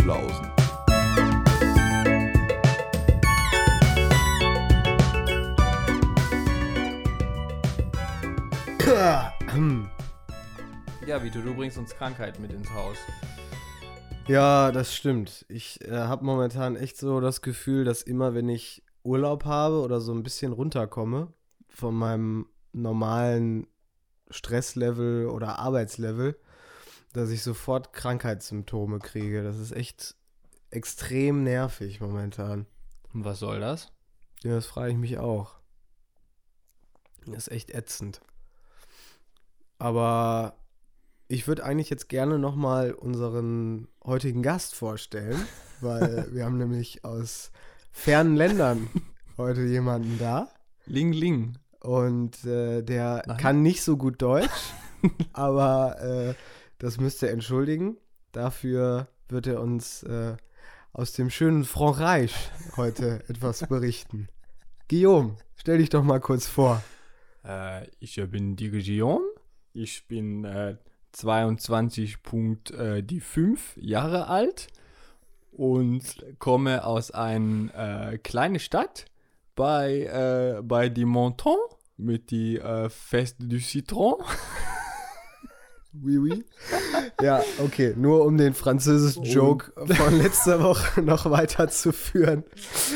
Flausen. Ja, Vito, du bringst uns Krankheit mit ins Haus. Ja, das stimmt. Ich habe momentan echt so das Gefühl, dass immer, wenn ich Urlaub habe oder so ein bisschen runterkomme von meinem normalen Stresslevel oder Arbeitslevel, dass ich sofort Krankheitssymptome kriege. Das ist echt extrem nervig momentan. Und was soll das? Ja, das frage ich mich auch. Das ist echt ätzend. Aber ich würde eigentlich jetzt gerne nochmal unseren heutigen Gast vorstellen, weil wir haben nämlich aus fernen Ländern heute jemanden da. Ling Ling. Und der Nein. kann nicht so gut Deutsch, aber das müsst ihr entschuldigen. Dafür wird er uns aus dem schönen Frankreich heute etwas berichten. Guillaume, stell dich doch mal kurz vor. Ich bin die Region. Ich bin 22,5 Jahre alt und komme aus einer kleinen Stadt bei die Monton mit die Feste du Citron. Oui, oui. Ja, okay, nur um den französischen Joke von letzter Woche noch weiterzuführen.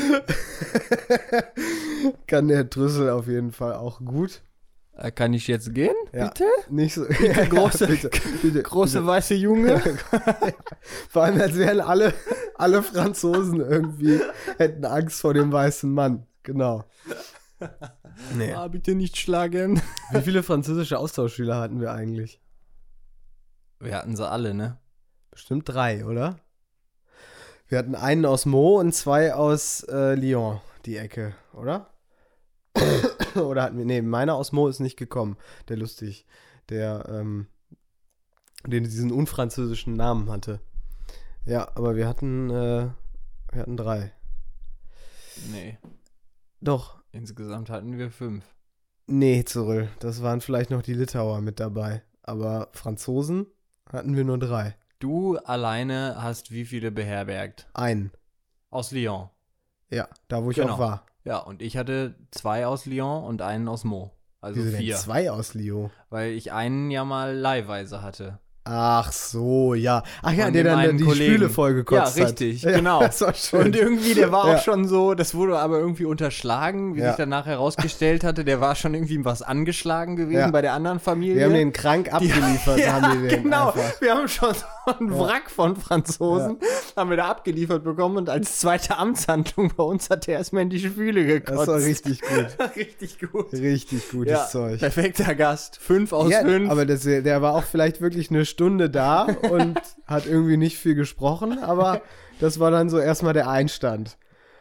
Kann der Drüssel auf jeden Fall auch gut. Kann ich jetzt gehen, Ja. bitte? Nicht so. Bitte, große, bitte. große weiße Junge. Vor allem, als wären alle Franzosen irgendwie, hätten Angst vor dem weißen Mann. Genau. Nee. Bitte nicht schlagen. Wie viele französische Austauschschüler hatten wir eigentlich? Wir hatten sie alle, ne? Bestimmt 3, oder? Wir hatten einen aus Meaux und 2 aus Lyon, die Ecke, oder? Oder hatten wir, nee, meiner aus Meaux ist nicht gekommen, der lustig, den diesen unfranzösischen Namen hatte. Ja, aber wir hatten 3. Nee, Doch, insgesamt hatten wir 5. nee, Cyril, das waren vielleicht noch die Litauer mit dabei, aber Franzosen hatten wir nur 3. Du alleine hast wie viele beherbergt? Einen, Aus Lyon. ja, da wo ich Genau. auch war. Ja, und ich hatte 2 aus Lyon und einen aus Meaux. Also Wieso denn 4. 2 aus Lyon? Weil ich einen ja mal leihweise hatte. Ach so, ja. Ach ja, Von der dem dann einen die Kollegen. Spüle vollgekotzt Ja, hat. richtig, Ja, genau. Das war schön. Und irgendwie, der war Ja. auch schon so, das wurde aber irgendwie unterschlagen, wie Ja. sich danach herausgestellt hatte, der war schon irgendwie was angeschlagen gewesen Ja. bei der anderen Familie. Wir haben den krank abgeliefert, ja, haben die den genau. einfach. Wir haben schon so einen Wrack von Franzosen, haben wir da abgeliefert bekommen und als zweite Amtshandlung bei uns hat der erstmal in die Spüle gekotzt. Das war richtig gut. Richtig gut. Richtig gutes Ja, Zeug. perfekter Gast. 5 aus Ja, 5. aber der war auch vielleicht wirklich eine Stunde da und hat irgendwie nicht viel gesprochen, aber das war dann so erstmal der Einstand.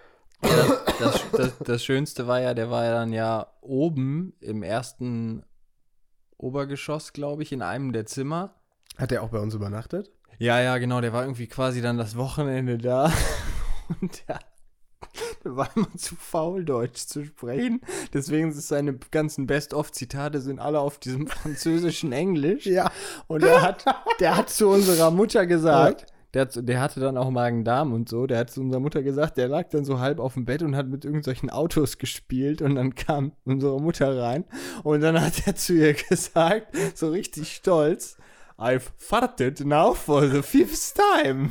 Das Schönste war ja, der war ja dann ja oben im ersten Obergeschoss, glaube ich, in einem der Zimmer. Hat der auch bei uns übernachtet? Ja, genau, der war irgendwie quasi dann das Wochenende da. Und der war immer zu faul, Deutsch zu sprechen. Deswegen sind seine ganzen Best-of-Zitate sind alle auf diesem französischen Englisch. Ja. Und der hat zu unserer Mutter gesagt, der hatte dann auch Magen-Darm und so, der hat zu unserer Mutter gesagt, der lag dann so halb auf dem Bett und hat mit irgendwelchen Autos gespielt und dann kam unsere Mutter rein und dann hat er zu ihr gesagt, so richtig stolz, I've farted now for the 5th time.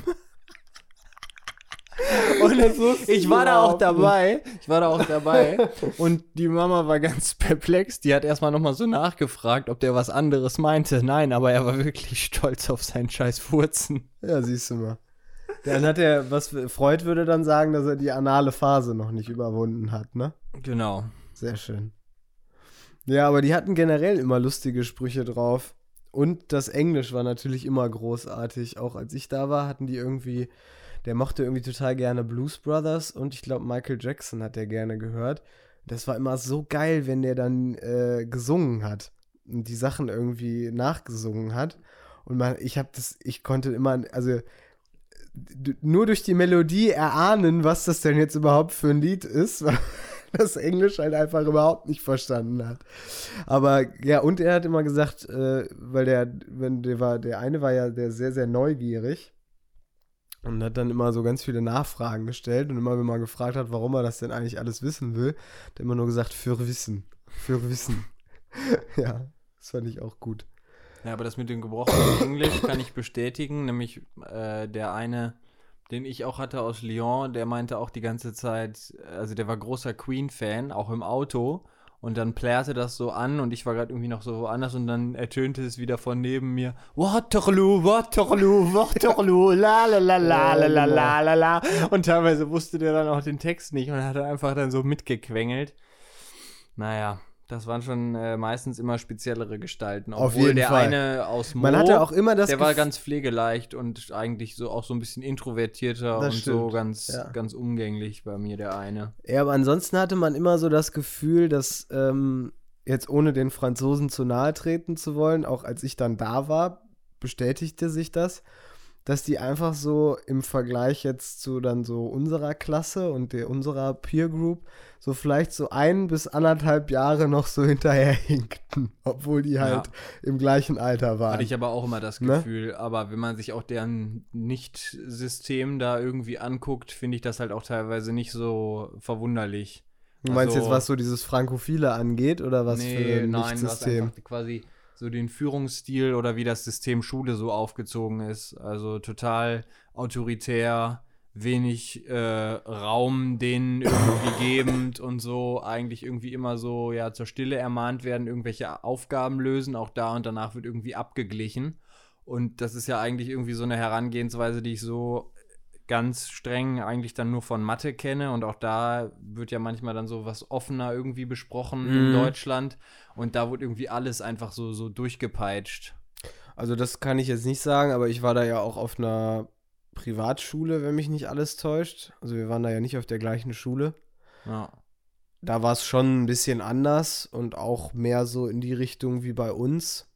Und ich war da auch dabei. Und die Mama war ganz perplex. Die hat erstmal nochmal so nachgefragt, ob der was anderes meinte. Nein, aber er war wirklich stolz auf seinen scheiß Furzen. Ja, siehst du mal. Dann hat er, Freud würde dann sagen, dass er die anale Phase noch nicht überwunden hat, ne? Genau. Sehr schön. Ja, aber die hatten generell immer lustige Sprüche drauf. Und das Englisch war natürlich immer großartig. Auch als ich da war, hatten die irgendwie, der mochte irgendwie total gerne Blues Brothers und ich glaube Michael Jackson hat der gerne gehört. Das war immer so geil, wenn der dann gesungen hat und die Sachen irgendwie nachgesungen hat. Und ich konnte immer, also nur durch die Melodie erahnen, was das denn jetzt überhaupt für ein Lied ist, weil das Englisch halt einfach überhaupt nicht verstanden hat. Aber ja, und er hat immer gesagt, weil der eine war ja der sehr, sehr neugierig Und hat dann immer so ganz viele Nachfragen gestellt. Und immer, wenn man gefragt hat, warum er das denn eigentlich alles wissen will, hat er immer nur gesagt, für Wissen. Für Wissen. Ja, das fand ich auch gut. Ja, aber das mit dem gebrochenen Englisch kann ich bestätigen. Nämlich der eine, den ich auch hatte aus Lyon, der meinte auch die ganze Zeit, also der war großer Queen-Fan, auch im Auto. Und dann plärrte das so an und ich war gerade irgendwie noch so woanders und dann ertönte es wieder von neben mir. Waterloo, Waterloo, Waterloo, la la la la la la la la la. Und teilweise wusste der dann auch den Text nicht und hat dann einfach dann so mitgequengelt. Naja, das waren schon meistens immer speziellere Gestalten. Auf Obwohl jeden der Fall. eine aus Mo, Man hatte auch immer das der war Gef- ganz pflegeleicht und eigentlich so auch so ein bisschen introvertierter Das und so stimmt, ganz umgänglich bei mir, der eine. Ja, aber ansonsten hatte man immer so das Gefühl, dass jetzt ohne den Franzosen zu nahe treten zu wollen, auch als ich dann da war, bestätigte sich das, dass die einfach so im Vergleich jetzt zu dann so unserer Klasse und unserer Peer Group so vielleicht so 1 bis 1,5 Jahre noch so hinterherhinkten, obwohl die halt im gleichen Alter waren. Hatte ich aber auch immer das Ne? Gefühl. Aber wenn man sich auch deren Nicht-System da irgendwie anguckt, finde ich das halt auch teilweise nicht so verwunderlich. Du meinst Also, jetzt, was so dieses Frankophile angeht oder was für ein nein, du hast Nicht-System? einfach quasi so den Führungsstil oder wie das System Schule so aufgezogen ist. Also total autoritär, wenig Raum denen irgendwie gebend und so. Eigentlich irgendwie immer so, ja, zur Stille ermahnt werden, irgendwelche Aufgaben lösen, auch da und danach wird irgendwie abgeglichen. Und das ist ja eigentlich irgendwie so eine Herangehensweise, die ich so ganz streng eigentlich dann nur von Mathe kenne und auch da wird ja manchmal dann so was offener irgendwie besprochen in Deutschland und da wird irgendwie alles einfach so durchgepeitscht. Also das kann ich jetzt nicht sagen, aber ich war da ja auch auf einer Privatschule, wenn mich nicht alles täuscht. Also wir waren da ja nicht auf der gleichen Schule. Ja. Da war es schon ein bisschen anders und auch mehr so in die Richtung wie bei uns.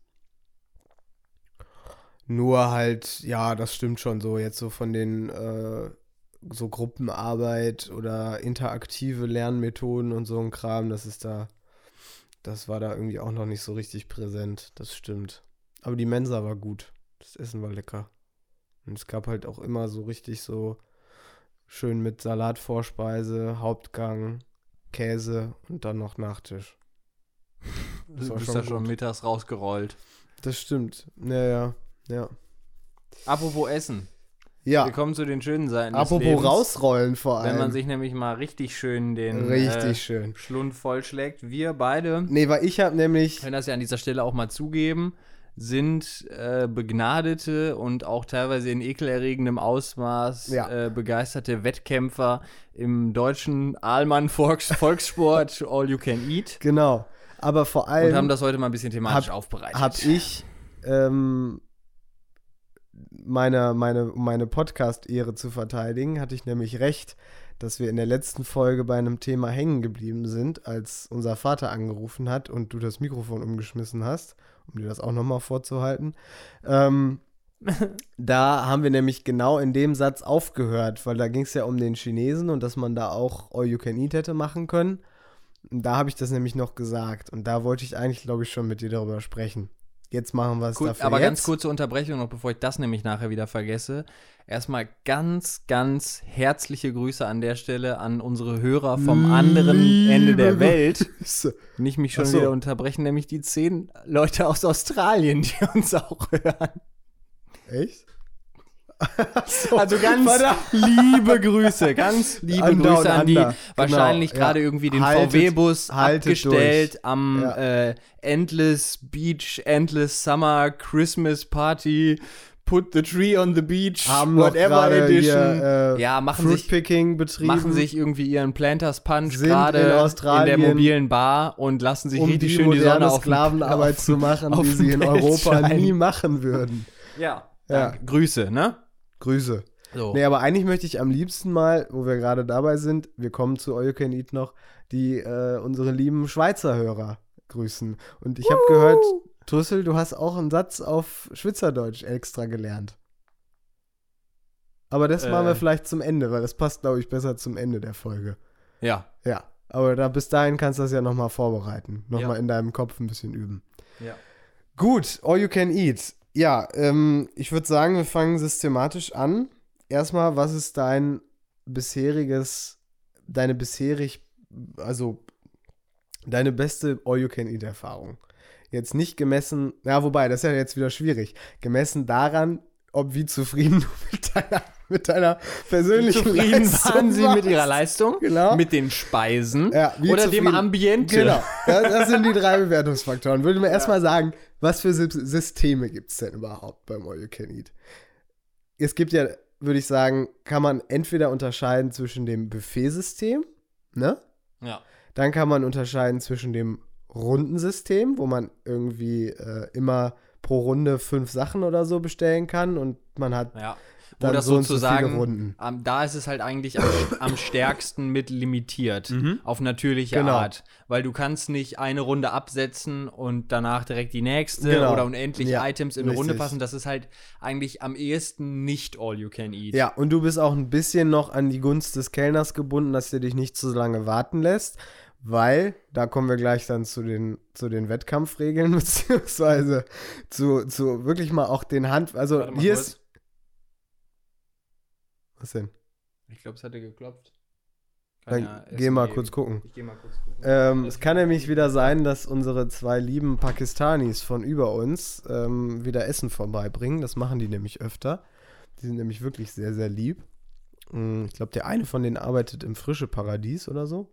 Nur halt, ja, das stimmt schon so, jetzt so von den so Gruppenarbeit oder interaktive Lernmethoden und so ein Kram, das war da irgendwie auch noch nicht so richtig präsent, das stimmt. Aber die Mensa war gut, das Essen war lecker. Und es gab halt auch immer so richtig so schön mit Salatvorspeise, Hauptgang, Käse und dann noch Nachtisch. Das Du war bist schon ja schon gut. mittags rausgerollt. Das stimmt, ja. Apropos Essen. Ja, Wir kommen zu den schönen Seiten des apropos Lebens. rausrollen vor allem. Wenn man sich nämlich mal richtig schön den Richtig schön. Schlund vollschlägt. Wir beide, Nee, weil ich habe nämlich, können das ja an dieser Stelle auch mal zugeben, sind begnadete und auch teilweise in ekelerregendem Ausmaß begeisterte Wettkämpfer im deutschen Ahlmann-Volkssport All You Can Eat genau, aber vor allem und haben das heute mal ein bisschen thematisch aufbereitet. habe ich meine Podcast-Ehre zu verteidigen, hatte ich nämlich recht, dass wir in der letzten Folge bei einem Thema hängen geblieben sind, als unser Vater angerufen hat und du das Mikrofon umgeschmissen hast, um dir das auch nochmal vorzuhalten. Da haben wir nämlich genau in dem Satz aufgehört, weil da ging es ja um den Chinesen und dass man da auch All You Can Eat hätte machen können. Und da habe ich das nämlich noch gesagt und da wollte ich eigentlich, glaube ich, schon mit dir darüber sprechen. Jetzt machen wir es dafür aber jetzt. ganz kurze Unterbrechung noch, bevor ich das nämlich nachher wieder vergesse. Erstmal ganz, ganz herzliche Grüße an der Stelle an unsere Hörer vom anderen Ende der Welt. Nicht mich schon Ach so. wieder unterbrechen, nämlich die 10 Leute aus Australien, die uns auch hören. Echt? Also ganz liebe Grüße, ganz liebe Under Grüße an die Under. wahrscheinlich Genau, gerade ja. irgendwie den Haltet- VW-Bus haltet abgestellt durch. am Ja. Endless Beach, Endless Summer Christmas Party, Put the Tree on the Beach, Haben noch Whatever gerade Edition. hier, Ja, machen Fruitpicking betrieben. machen sich irgendwie ihren Planters Punch Sind gerade in in Australien, der mobilen Bar und lassen sich um richtig die schön die Sonne moderne auf Sklavenarbeit zu machen, auf die sie dem in Feld Europa scheinen. nie machen würden. Ja, Ja. danke. Grüße, ne? Grüße. So. Nee, aber eigentlich möchte ich am liebsten mal, wo wir gerade dabei sind, wir kommen zu All You Can Eat noch, unsere lieben Schweizer Hörer grüßen. Und ich habe gehört, Trüssel, du hast auch einen Satz auf Schweizerdeutsch extra gelernt. Aber das machen wir vielleicht zum Ende, weil das passt, glaube ich, besser zum Ende der Folge. Ja. Ja, aber bis dahin kannst du das ja nochmal vorbereiten. Nochmal Ja. in deinem Kopf ein bisschen üben. Ja. Gut, All You Can Eat. Ja, ich würde sagen, wir fangen systematisch an. erstmal, was ist deine beste All-You-Can-Eat-Erfahrung? Jetzt nicht gemessen, wobei, das ist ja jetzt wieder schwierig, gemessen daran, wie zufrieden du mit deiner persönlichen zufrieden Leistung waren sie warst. mit ihrer Leistung, Genau. mit den Speisen Ja, wie oder dem zufrieden- Ambiente. Genau, das sind die 3 Bewertungsfaktoren. Würde mir erstmal sagen, was für Systeme gibt es denn überhaupt beim All You Can Eat? Es gibt ja, würde ich sagen, kann man entweder unterscheiden zwischen dem Buffetsystem, ne? Ja. Dann kann man unterscheiden zwischen dem Rundensystem, wo man irgendwie immer pro Runde 5 Sachen oder so bestellen kann und man hat Ja. Wo dann das so und so viele sozusagen, Runden. da ist es halt eigentlich am stärksten mit limitiert, auf natürliche Genau. Art. Weil du kannst nicht eine Runde absetzen und danach direkt die nächste Genau. oder unendlich Ja, Items in eine Runde richtig. passen. Das ist halt eigentlich am ehesten nicht all you can eat. Ja, und du bist auch ein bisschen noch an die Gunst des Kellners gebunden, dass der dich nicht zu lange warten lässt, weil, da kommen wir gleich dann zu den Wettkampfregeln, beziehungsweise zu wirklich mal auch den also Warte mal hier kurz. ist... Was denn? Ich glaube, es hatte geklopft. Dann geh mal kurz gucken. Ich geh mal kurz gucken. Es kann nämlich wieder sein, dass unsere 2 lieben Pakistanis von über uns wieder Essen vorbeibringen. Das machen die nämlich öfter. Die sind nämlich wirklich sehr, sehr lieb. Ich glaube, der eine von denen arbeitet im Frische Paradies oder so.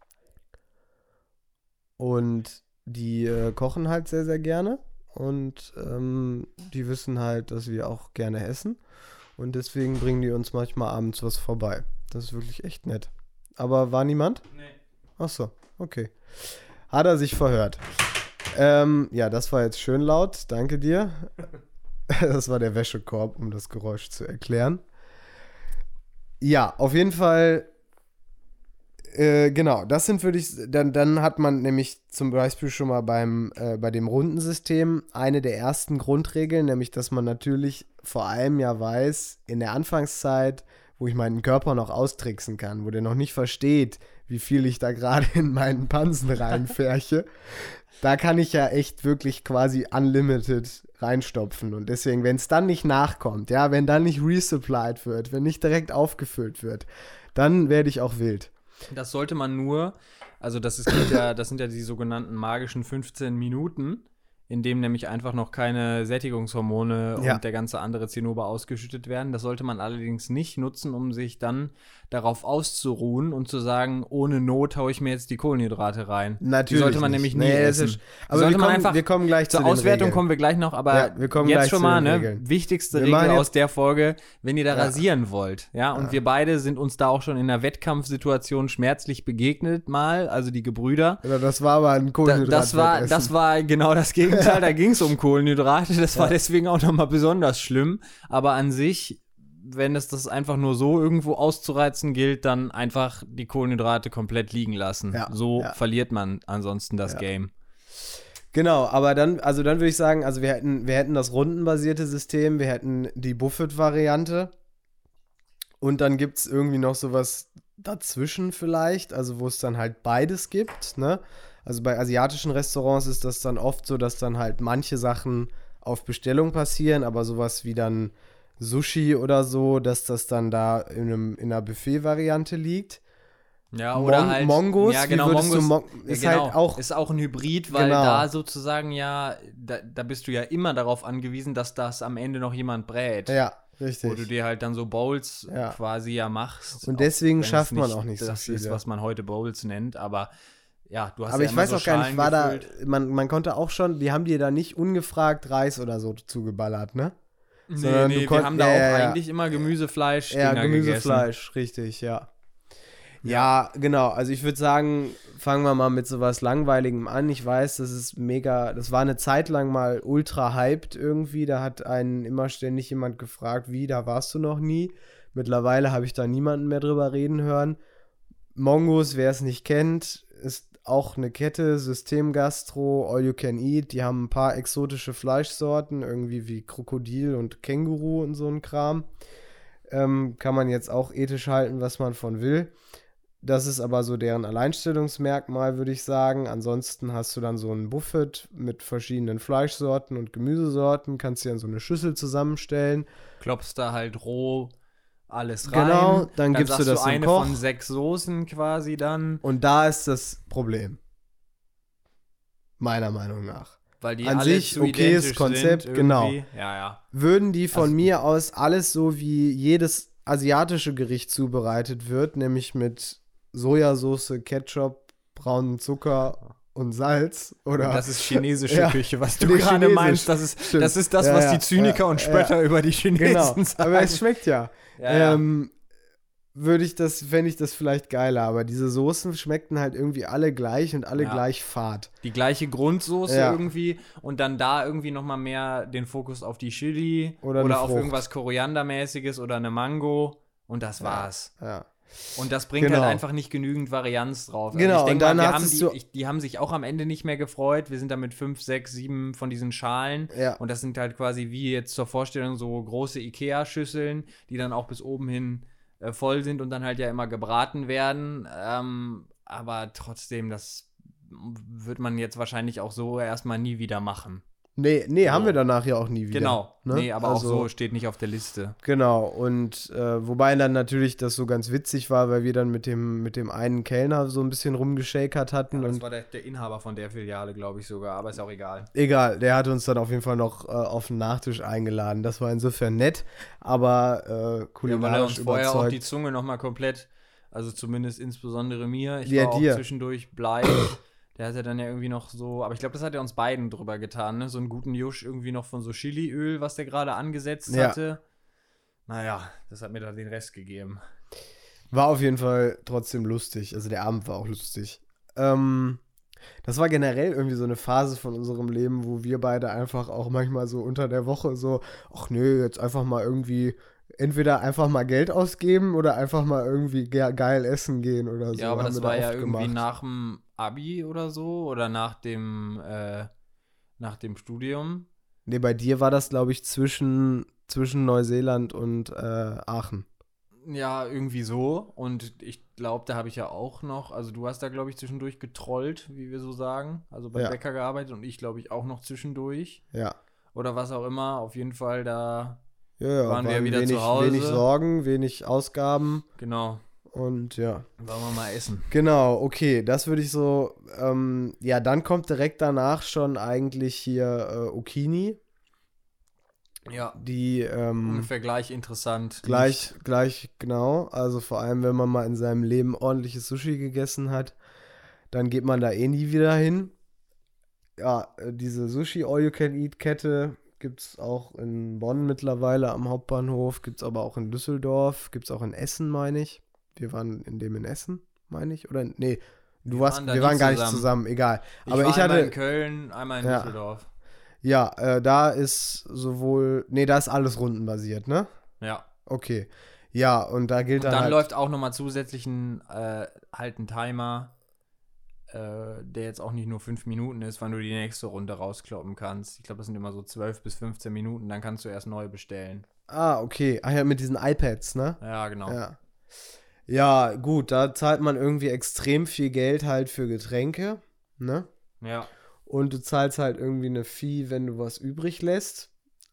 Und die kochen halt sehr, sehr gerne. Und die wissen halt, dass wir auch gerne essen. Und deswegen bringen die uns manchmal abends was vorbei. Das ist wirklich echt nett. Aber war niemand? Nee. Ach so, okay. Hat er sich verhört. Ja, das war jetzt schön laut. Danke dir. Das war der Wäschekorb, um das Geräusch zu erklären. Ja, auf jeden Fall. Genau, das sind dann hat man nämlich zum Beispiel schon mal bei dem Rundensystem eine der ersten Grundregeln, nämlich, dass man natürlich vor allem ja weiß, in der Anfangszeit, wo ich meinen Körper noch austricksen kann, wo der noch nicht versteht, wie viel ich da gerade in meinen Pansen reinfärche, da kann ich ja echt wirklich quasi unlimited reinstopfen. Und deswegen, wenn es dann nicht nachkommt, ja, wenn dann nicht resupplied wird, wenn nicht direkt aufgefüllt wird, dann werde ich auch wild. Das sollte man nur, also das sind ja die sogenannten magischen 15 Minuten, in dem nämlich einfach noch keine Sättigungshormone Ja. und der ganze andere Zinnober ausgeschüttet werden. Das sollte man allerdings nicht nutzen, um sich dann darauf auszuruhen und zu sagen, ohne Not haue ich mir jetzt die Kohlenhydrate rein. Natürlich Die sollte man nicht. nämlich nie Nee, das essen. ist- Die aber sollte wir man kommen- wir kommen gleich zu zur den Auswertung Regeln. kommen wir gleich noch, aber Ja, wir kommen jetzt gleich schon zu mal, den ne, Regeln. wichtigste Wir Regel machen aus jetzt- der Folge, wenn ihr da rasieren wollt, ja, und wir beide sind uns da auch schon in einer Wettkampfsituation schmerzlich begegnet mal, also die Gebrüder. Oder das war aber ein Kohlenhydrat. Das war genau das Gegenteil, da ging es um Kohlenhydrate, das war deswegen auch nochmal besonders schlimm, aber an sich, wenn es das einfach nur so irgendwo auszureizen gilt, dann einfach die Kohlenhydrate komplett liegen lassen. Ja, So ja. verliert man ansonsten das Game. Genau, aber dann würde ich sagen, also wir hätten das rundenbasierte System, wir hätten die Buffet-Variante und dann gibt es irgendwie noch sowas dazwischen vielleicht, also wo es dann halt beides gibt, ne? Also bei asiatischen Restaurants ist das dann oft so, dass dann halt manche Sachen auf Bestellung passieren, aber sowas wie dann Sushi oder so, dass das dann da in einer Buffet-Variante liegt. Ja, oder halt Mongos, ja, wie genau, würdest du Mongos ist ja, genau, halt auch ist auch ein Hybrid, weil Genau. da sozusagen ja, da bist du ja immer darauf angewiesen, dass das am Ende noch jemand brät. ja, Wo du richtig. dir halt dann so Bowls Ja. quasi ja machst. Und deswegen Auch wenn es schafft man auch nicht so das ist, viele. was man heute Bowls nennt, aber ja, du hast Aber ja ich immer weiß so auch gar nicht, Schalen war da, gefüllt. man konnte auch schon, die haben dir da nicht ungefragt Reis oder so zugeballert, ne? sondern du wir konnt- haben da ja, auch ja, ja. eigentlich immer Gemüsefleisch Ja, Dinger Gemüsefleisch, richtig, ja. Ja, genau, also ich würde sagen, fangen wir mal mit sowas Langweiligem an. Ich weiß, das ist mega, das war eine Zeit lang mal ultra hyped irgendwie, da hat einen immer ständig jemand gefragt, da warst du noch nie? Mittlerweile habe ich da niemanden mehr drüber reden hören. Mongos, wer es nicht kennt, ist auch eine Kette, Systemgastro, All You Can Eat. Die haben ein paar exotische Fleischsorten, irgendwie wie Krokodil und Känguru und so ein Kram. Kann man jetzt auch ethisch halten, was man von will. Das ist aber so deren Alleinstellungsmerkmal, würde ich sagen. Ansonsten hast du dann so ein Buffet mit verschiedenen Fleischsorten und Gemüsesorten. Kannst dir dann so eine Schüssel zusammenstellen. Klopfst da halt roh alles rein. Genau, dann gibst sagst du das du dem eine Koch. von 6 Soßen quasi dann. Und da ist das Problem. Meiner Meinung nach. Weil die An alle sich zu okayes identisch Konzept, sind genau. irgendwie. Ja. Würden die von Also- mir aus alles so wie jedes asiatische Gericht zubereitet wird, nämlich mit Sojasauce, Ketchup, braunen Zucker und Salz, oder? Und das ist chinesische Ja. Küche, was du Nee, gerade chinesisch. meinst. Stimmt. Das ist das, Ja, was ja, die Zyniker ja, und Spötter über die Chinesen Genau, sagen. aber es schmeckt ja. Ja. Fände ich das vielleicht geiler, aber diese Soßen schmeckten halt irgendwie alle gleich und alle Ja. gleich fad. Die gleiche Grundsoße Ja. irgendwie und dann da irgendwie nochmal mehr den Fokus auf die Chili Oder eine auf Frucht. irgendwas Koriandermäßiges oder eine Mango und das war's. Ja. Und das bringt Genau. halt einfach nicht genügend Varianz drauf. Genau, ich denk und dann mal, hattest du- die haben sich auch am Ende nicht mehr gefreut. Wir sind da mit 5, 6, 7 von diesen Schalen. Ja. Und das sind halt quasi wie jetzt zur Vorstellung so große Ikea-Schüsseln, die dann auch bis oben hin voll sind und dann halt ja immer gebraten werden. Aber trotzdem, das wird man jetzt wahrscheinlich auch so erstmal nie wieder machen. Nee, haben wir danach ja auch nie wieder. Genau. Ne? Nee, aber Also, auch so steht nicht auf der Liste. Genau, und wobei dann natürlich das so ganz witzig war, weil wir dann mit dem einen Kellner so ein bisschen rumgeschakert hatten. Das Und war der Inhaber von der Filiale, glaube ich sogar, aber ist auch egal. egal, der hat uns dann auf jeden Fall noch auf den Nachtisch eingeladen. Das war insofern nett, aber Ja, weil er kulinarisch uns vorher auch die überzeugt. Zunge nochmal komplett, also zumindest insbesondere mir, ich Ja, war auch dir. zwischendurch bleich. Der hat ja dann ja irgendwie noch so, aber ich glaube, das hat er uns beiden drüber getan, ne? So einen guten Jusch irgendwie noch von so Chiliöl, was der gerade angesetzt Ja. hatte. Naja, das hat mir dann den Rest gegeben. War auf jeden Fall trotzdem lustig. Also der Abend war auch lustig. Das war generell irgendwie so eine Phase von unserem Leben, wo wir beide einfach auch manchmal so unter der Woche so, ach nö, jetzt einfach mal irgendwie, entweder einfach mal Geld ausgeben oder einfach mal irgendwie geil essen gehen oder so. Ja, aber haben das wir da war ja oft irgendwie gemacht. nach dem Abi oder so oder nach dem Studium. Nee, bei dir war das, glaube ich, zwischen Neuseeland und Aachen. Ja, irgendwie so. Und ich glaube, da habe ich ja auch noch, also du hast da, glaube ich, zwischendurch getrollt, wie wir so sagen. Also beim Ja. Bäcker gearbeitet und ich, glaube ich, auch noch zwischendurch. Ja. Oder was auch immer. Auf jeden Fall, da Ja, waren wir wieder wenig, zu Hause. wenig Sorgen, wenig Ausgaben Genau. und ja. Wollen wir mal essen. Genau, okay, das würde ich so, ja, dann kommt direkt danach schon eigentlich hier Okini, Ja. die Ungefähr gleich interessant. gleich, genau, also vor allem, wenn man mal in seinem Leben ordentliches Sushi gegessen hat, dann geht man da eh nie wieder hin. Ja, diese Sushi-All-You-Can-Eat-Kette gibt es auch in Bonn mittlerweile am Hauptbahnhof, gibt es aber auch in Düsseldorf, gibt es auch in Essen, meine ich. Wir waren in Essen, meine ich, oder, nee, Wir waren da wir nie waren gar nicht zusammen. zusammen, egal. Ich Aber war ich einmal in hatte, Köln, einmal in Ja. Düsseldorf. ja, da ist sowohl, nee, da ist alles rundenbasiert, ne? Ja. Okay. Ja, und da gilt Und dann halt, läuft auch nochmal zusätzlich halt ein Timer, der jetzt auch nicht nur 5 Minuten ist, wann du die nächste Runde rauskloppen kannst. Ich glaube, das sind immer so 12 bis 15 Minuten, dann kannst du erst neu bestellen. okay. Ach ja, mit diesen iPads, ne? Ja, genau. Ja. Ja, gut, da zahlt man irgendwie extrem viel Geld halt für Getränke, ne? Ja. Und du zahlst halt irgendwie eine Fee, wenn du was übrig lässt.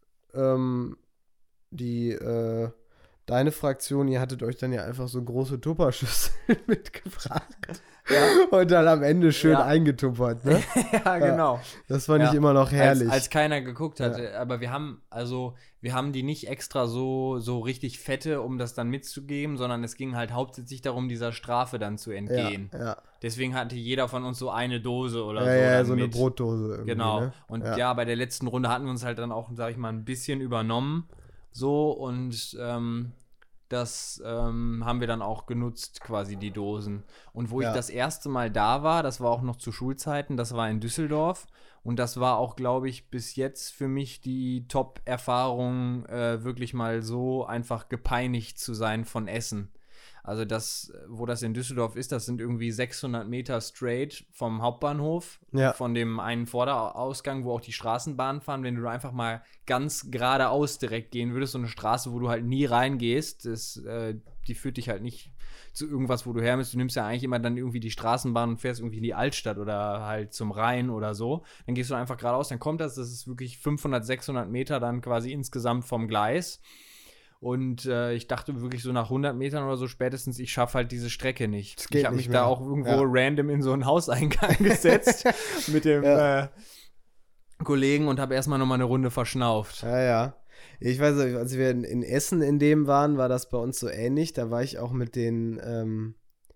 Deine Fraktion, ihr hattet euch dann ja einfach so große Tupperschüsseln mitgebracht. Ja. Und dann am Ende schön Ja. eingetuppert, ne? Ja, genau. Das fand ich Ja. immer noch herrlich. Als keiner geguckt hatte. Aber wir haben die nicht extra so richtig fette, um das dann mitzugeben, sondern es ging halt hauptsächlich darum, dieser Strafe dann zu entgehen. Ja. Deswegen hatte jeder von uns so eine Dose oder Ja, so. ja, dann so eine mit. Brotdose irgendwie, Genau. ne? Und ja, bei der letzten Runde hatten wir uns halt dann auch, sag ich mal, ein bisschen übernommen. So, und das haben wir dann auch genutzt, quasi die Dosen. Und wo ich das erste Mal da war, das war auch noch zu Schulzeiten, das war in Düsseldorf. Und das war auch, glaube ich, bis jetzt für mich die Top-Erfahrung, wirklich mal so einfach gepeinigt zu sein von Essen. Also das, wo das in Düsseldorf ist, das sind irgendwie 600 Meter straight vom Hauptbahnhof, Ja. von dem einen Vorderausgang, wo auch die Straßenbahnen fahren. Wenn du einfach mal ganz geradeaus direkt gehen würdest, so eine Straße, wo du halt nie reingehst, die führt dich halt nicht zu irgendwas, wo du her bist. Du nimmst ja eigentlich immer dann irgendwie die Straßenbahn und fährst irgendwie in die Altstadt oder halt zum Rhein oder so. Dann gehst du einfach geradeaus, dann kommt das ist wirklich 500, 600 Meter dann quasi insgesamt vom Gleis. Und ich dachte wirklich so nach 100 Metern oder so spätestens, ich schaffe halt diese Strecke nicht. Geht Ich habe nicht mich da mehr. auch irgendwo random in so einen Hauseingang gesetzt mit dem Kollegen und habe erstmal nochmal eine Runde verschnauft. Ja. Ich weiß nicht, als wir in Essen in dem waren, war das bei uns so ähnlich. Da war ich auch mit den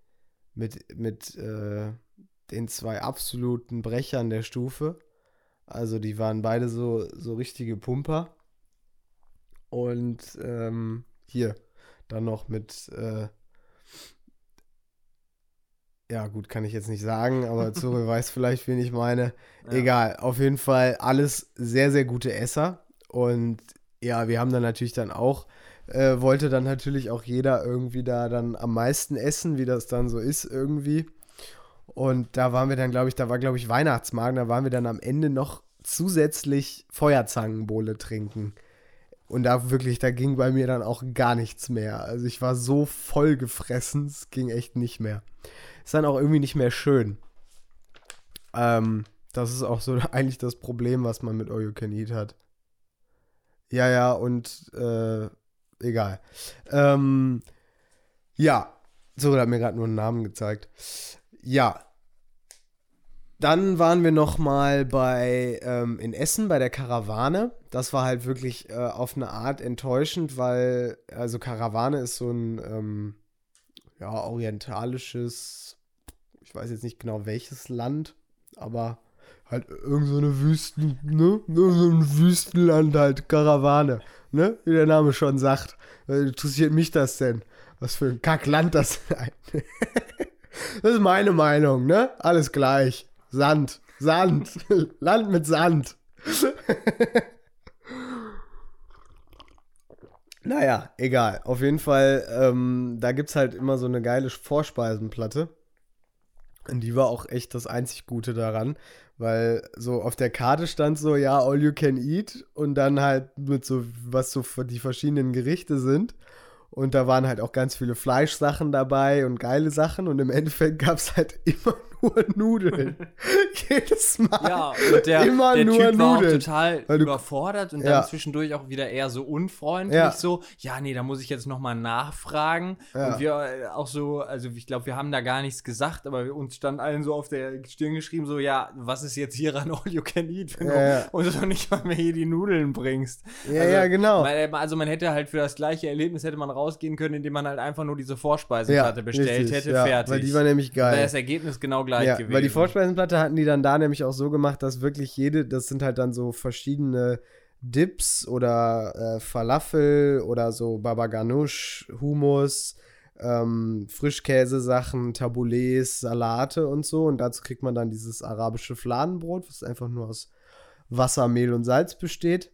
den 2 absoluten Brechern der Stufe. Also die waren beide so richtige Pumper. Und hier dann noch mit ja gut, kann ich jetzt nicht sagen, aber Zuri weiß vielleicht, wen ich meine. Ja. Egal, auf jeden Fall alles sehr, sehr gute Esser. Und ja, wir haben dann natürlich dann auch, wollte dann natürlich auch jeder irgendwie da dann am meisten essen, wie das dann so ist irgendwie. Und da waren wir dann, glaube ich, Weihnachtsmarkt, da waren wir dann am Ende noch zusätzlich Feuerzangenbowle trinken. Und da ging bei mir dann auch gar nichts mehr. Also ich war so voll gefressen, es ging echt nicht mehr. Ist dann auch irgendwie nicht mehr schön. Das ist auch so eigentlich das Problem, was man mit All You Can Eat hat. Ja, und egal. Ja, so, hat mir gerade nur einen Namen gezeigt. Ja. Dann waren wir noch mal in Essen bei der Karawane. Das war halt wirklich auf eine Art enttäuschend, weil, also Karawane ist so ein orientalisches, ich weiß jetzt nicht genau welches Land, aber halt irgend so eine so ein Wüstenland halt, Karawane, ne? Wie der Name schon sagt. Interessiert mich das denn? Was für ein Kackland das sein? Das ist meine Meinung, ne? Alles gleich. Sand. Land mit Sand. Naja, egal. Auf jeden Fall, da gibt's halt immer so eine geile Vorspeisenplatte. Und die war auch echt das einzig Gute daran, weil so auf der Karte stand so, ja, all you can eat und dann halt mit so, was so für die verschiedenen Gerichte sind. Und da waren halt auch ganz viele Fleischsachen dabei und geile Sachen. Und im Endeffekt gab es halt immer nur Nudeln. Jedes Mal. Ja, und der immer Typ nur war auch Nudeln. total überfordert und dann zwischendurch auch wieder eher so unfreundlich. So, ja, nee, da muss ich jetzt nochmal nachfragen. Ja. Und wir auch so, also ich glaube, wir haben da gar nichts gesagt, aber uns stand allen so auf der Stirn geschrieben, so, ja, was ist jetzt hier an All You Can Eat, wenn du uns doch nicht mal mehr hier die Nudeln bringst. Ja, also, ja, genau. Also man hätte halt für das gleiche Erlebnis hätte man rausgehen können, indem man halt einfach nur diese Vorspeisenplatte bestellt hätte, fertig. Weil die war nämlich geil. Wäre das Ergebnis genau gleich gewesen. Weil die Vorspeisenplatte hatten die dann da nämlich auch so gemacht, dass wirklich das sind halt dann so verschiedene Dips oder Falafel oder so Baba Ganoush, Hummus, Frischkäsesachen, Taboulés, Salate und so. Und dazu kriegt man dann dieses arabische Fladenbrot, was einfach nur aus Wasser, Mehl und Salz besteht.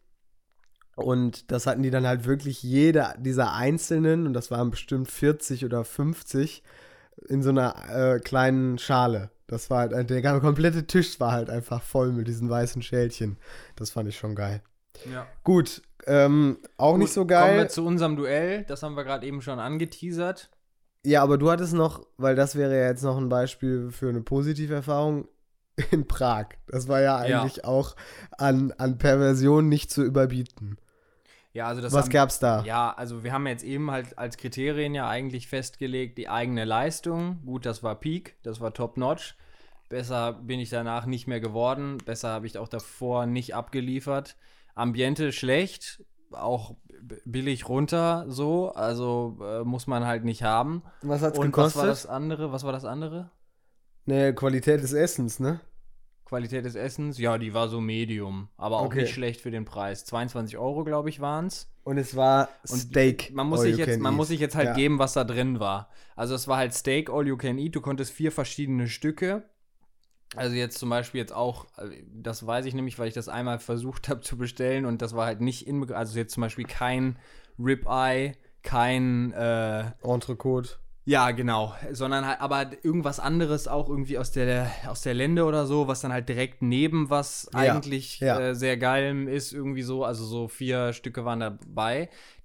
Und das hatten die dann halt wirklich jede dieser einzelnen, und das waren bestimmt 40 oder 50, in so einer kleinen Schale. Das war halt, der komplette Tisch war halt einfach voll mit diesen weißen Schälchen. Das fand ich schon geil. Ja. Gut, auch nicht so geil. Kommen wir zu unserem Duell, das haben wir gerade eben schon angeteasert. Ja, aber du hattest noch, weil das wäre ja jetzt noch ein Beispiel für eine positive Erfahrung, in Prag. Das war ja eigentlich auch an Perversion nicht zu überbieten. Ja, also was gab's da? Ja, also wir haben jetzt eben halt als Kriterien ja eigentlich festgelegt, die eigene Leistung. Gut, das war Peak, das war Top-Notch. Besser bin ich danach nicht mehr geworden. Besser habe ich auch davor nicht abgeliefert. Ambiente schlecht, auch billig runter, so. Also muss man halt nicht haben. Was hat's Und gekostet? Was war das andere? Ne, Qualität des Essens, ne? Qualität des Essens, ja, die war so Medium, aber auch nicht schlecht für den Preis. 22 €, glaube ich, waren es. Und es war Steak. Man muss sich jetzt halt geben, was da drin war. Also es war halt Steak All You Can Eat. Du konntest 4 verschiedene Stücke. Also jetzt zum Beispiel jetzt auch, das weiß ich nämlich, weil ich das einmal versucht habe zu bestellen und das war halt nicht also jetzt zum Beispiel kein Ribeye, kein Entrecote. Ja, genau, sondern halt, aber irgendwas anderes auch irgendwie aus der Lende oder so, was dann halt direkt neben was eigentlich sehr geil ist, irgendwie so, also so 4 Stücke waren dabei.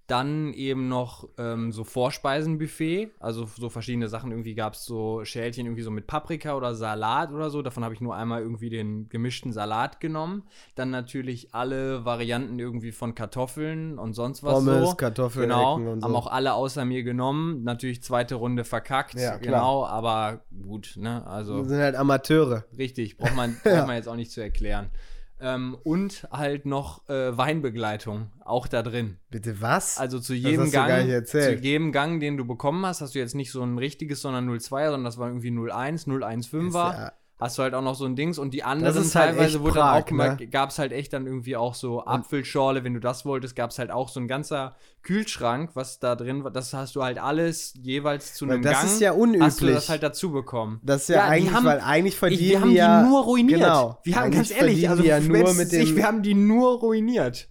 Dann eben noch so Vorspeisenbuffet, also so verschiedene Sachen. Irgendwie gab es so Schälchen irgendwie so mit Paprika oder Salat oder so. Davon habe ich nur einmal irgendwie den gemischten Salat genommen. Dann natürlich alle Varianten irgendwie von Kartoffeln und sonst was Pommes, so. Kartoffeln, Genau, Ecken und so. haben auch alle außer mir genommen. Natürlich zweite Runde verkackt, Ja, klar. genau, aber gut, ne, also Wir sind halt Amateure. richtig, braucht man jetzt auch nicht zu erklären. Und halt noch Weinbegleitung, auch da drin. Bitte was? Also zu Das jedem hast du gar nicht erzählt. zu jedem Gang, den du bekommen hast, hast du jetzt nicht so ein richtiges, sondern 0,2er, sondern das war irgendwie 0,1, 0,15er. Ja, Hast du halt auch noch so ein Dings und die anderen ist halt teilweise echt wurde Prag, dann auch immer, ne? gab es halt echt dann irgendwie auch so Apfelschorle, wenn du das wolltest, gab es halt auch so ein ganzer Kühlschrank, was da drin war. Das hast du halt alles jeweils zu einem das Gang. ist ja unüblich. Hast du das halt dazu bekommen. Das ist ja, eigentlich, weil eigentlich verdienen wir haben ja, die nur ruiniert. Genau. Wir haben Eigentlich ganz ehrlich, also verdienen die ja nur mit dem, wir haben die nur ruiniert.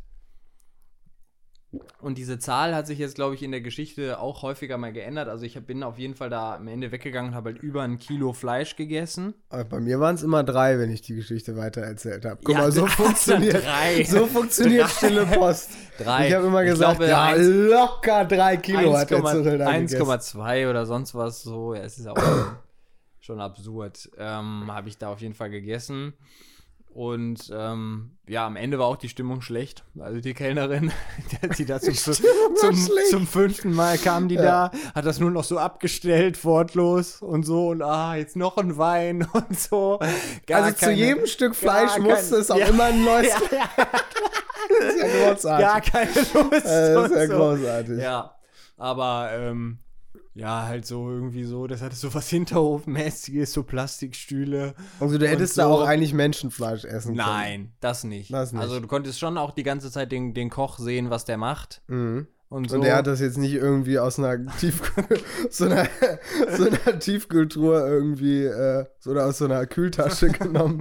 Und diese Zahl hat sich jetzt, glaube ich, in der Geschichte auch häufiger mal geändert. Also ich bin auf jeden Fall da am Ende weggegangen und habe halt über 1 Kilo Fleisch gegessen. Aber bei mir waren es immer 3, wenn ich die Geschichte weiter erzählt habe. Guck Ja, mal, so funktioniert, 3. so funktioniert stille Post. 3. Ich habe immer gesagt, glaube, ja, locker 3 Kilo hat der Cyril da gegessen. 1,2 oder sonst was so. Ja, es ist auch schon absurd. Habe ich da auf jeden Fall gegessen. Und ja, am Ende war auch die Stimmung schlecht. Also die Kellnerin, die da zum 5. Mal kam die da, hat das nur noch so abgestellt, wortlos und so. Und jetzt noch ein Wein und so. Zu jedem Stück Fleisch musste es auch immer ein neues. Das ist ja großartig. Gar keine Lust. Das ist ja so. großartig. Ja, aber ja, halt so irgendwie so, das hatte so was Hinterhofmäßiges, so Plastikstühle. Also du hättest und da so. auch eigentlich Menschenfleisch essen können. Nein, das nicht. Also du konntest schon auch die ganze Zeit den Koch sehen, was der macht. Mhm. Und so. Und der hat das jetzt nicht irgendwie aus einer so einer Tiefkühltruhe irgendwie oder aus so einer Kühltasche genommen.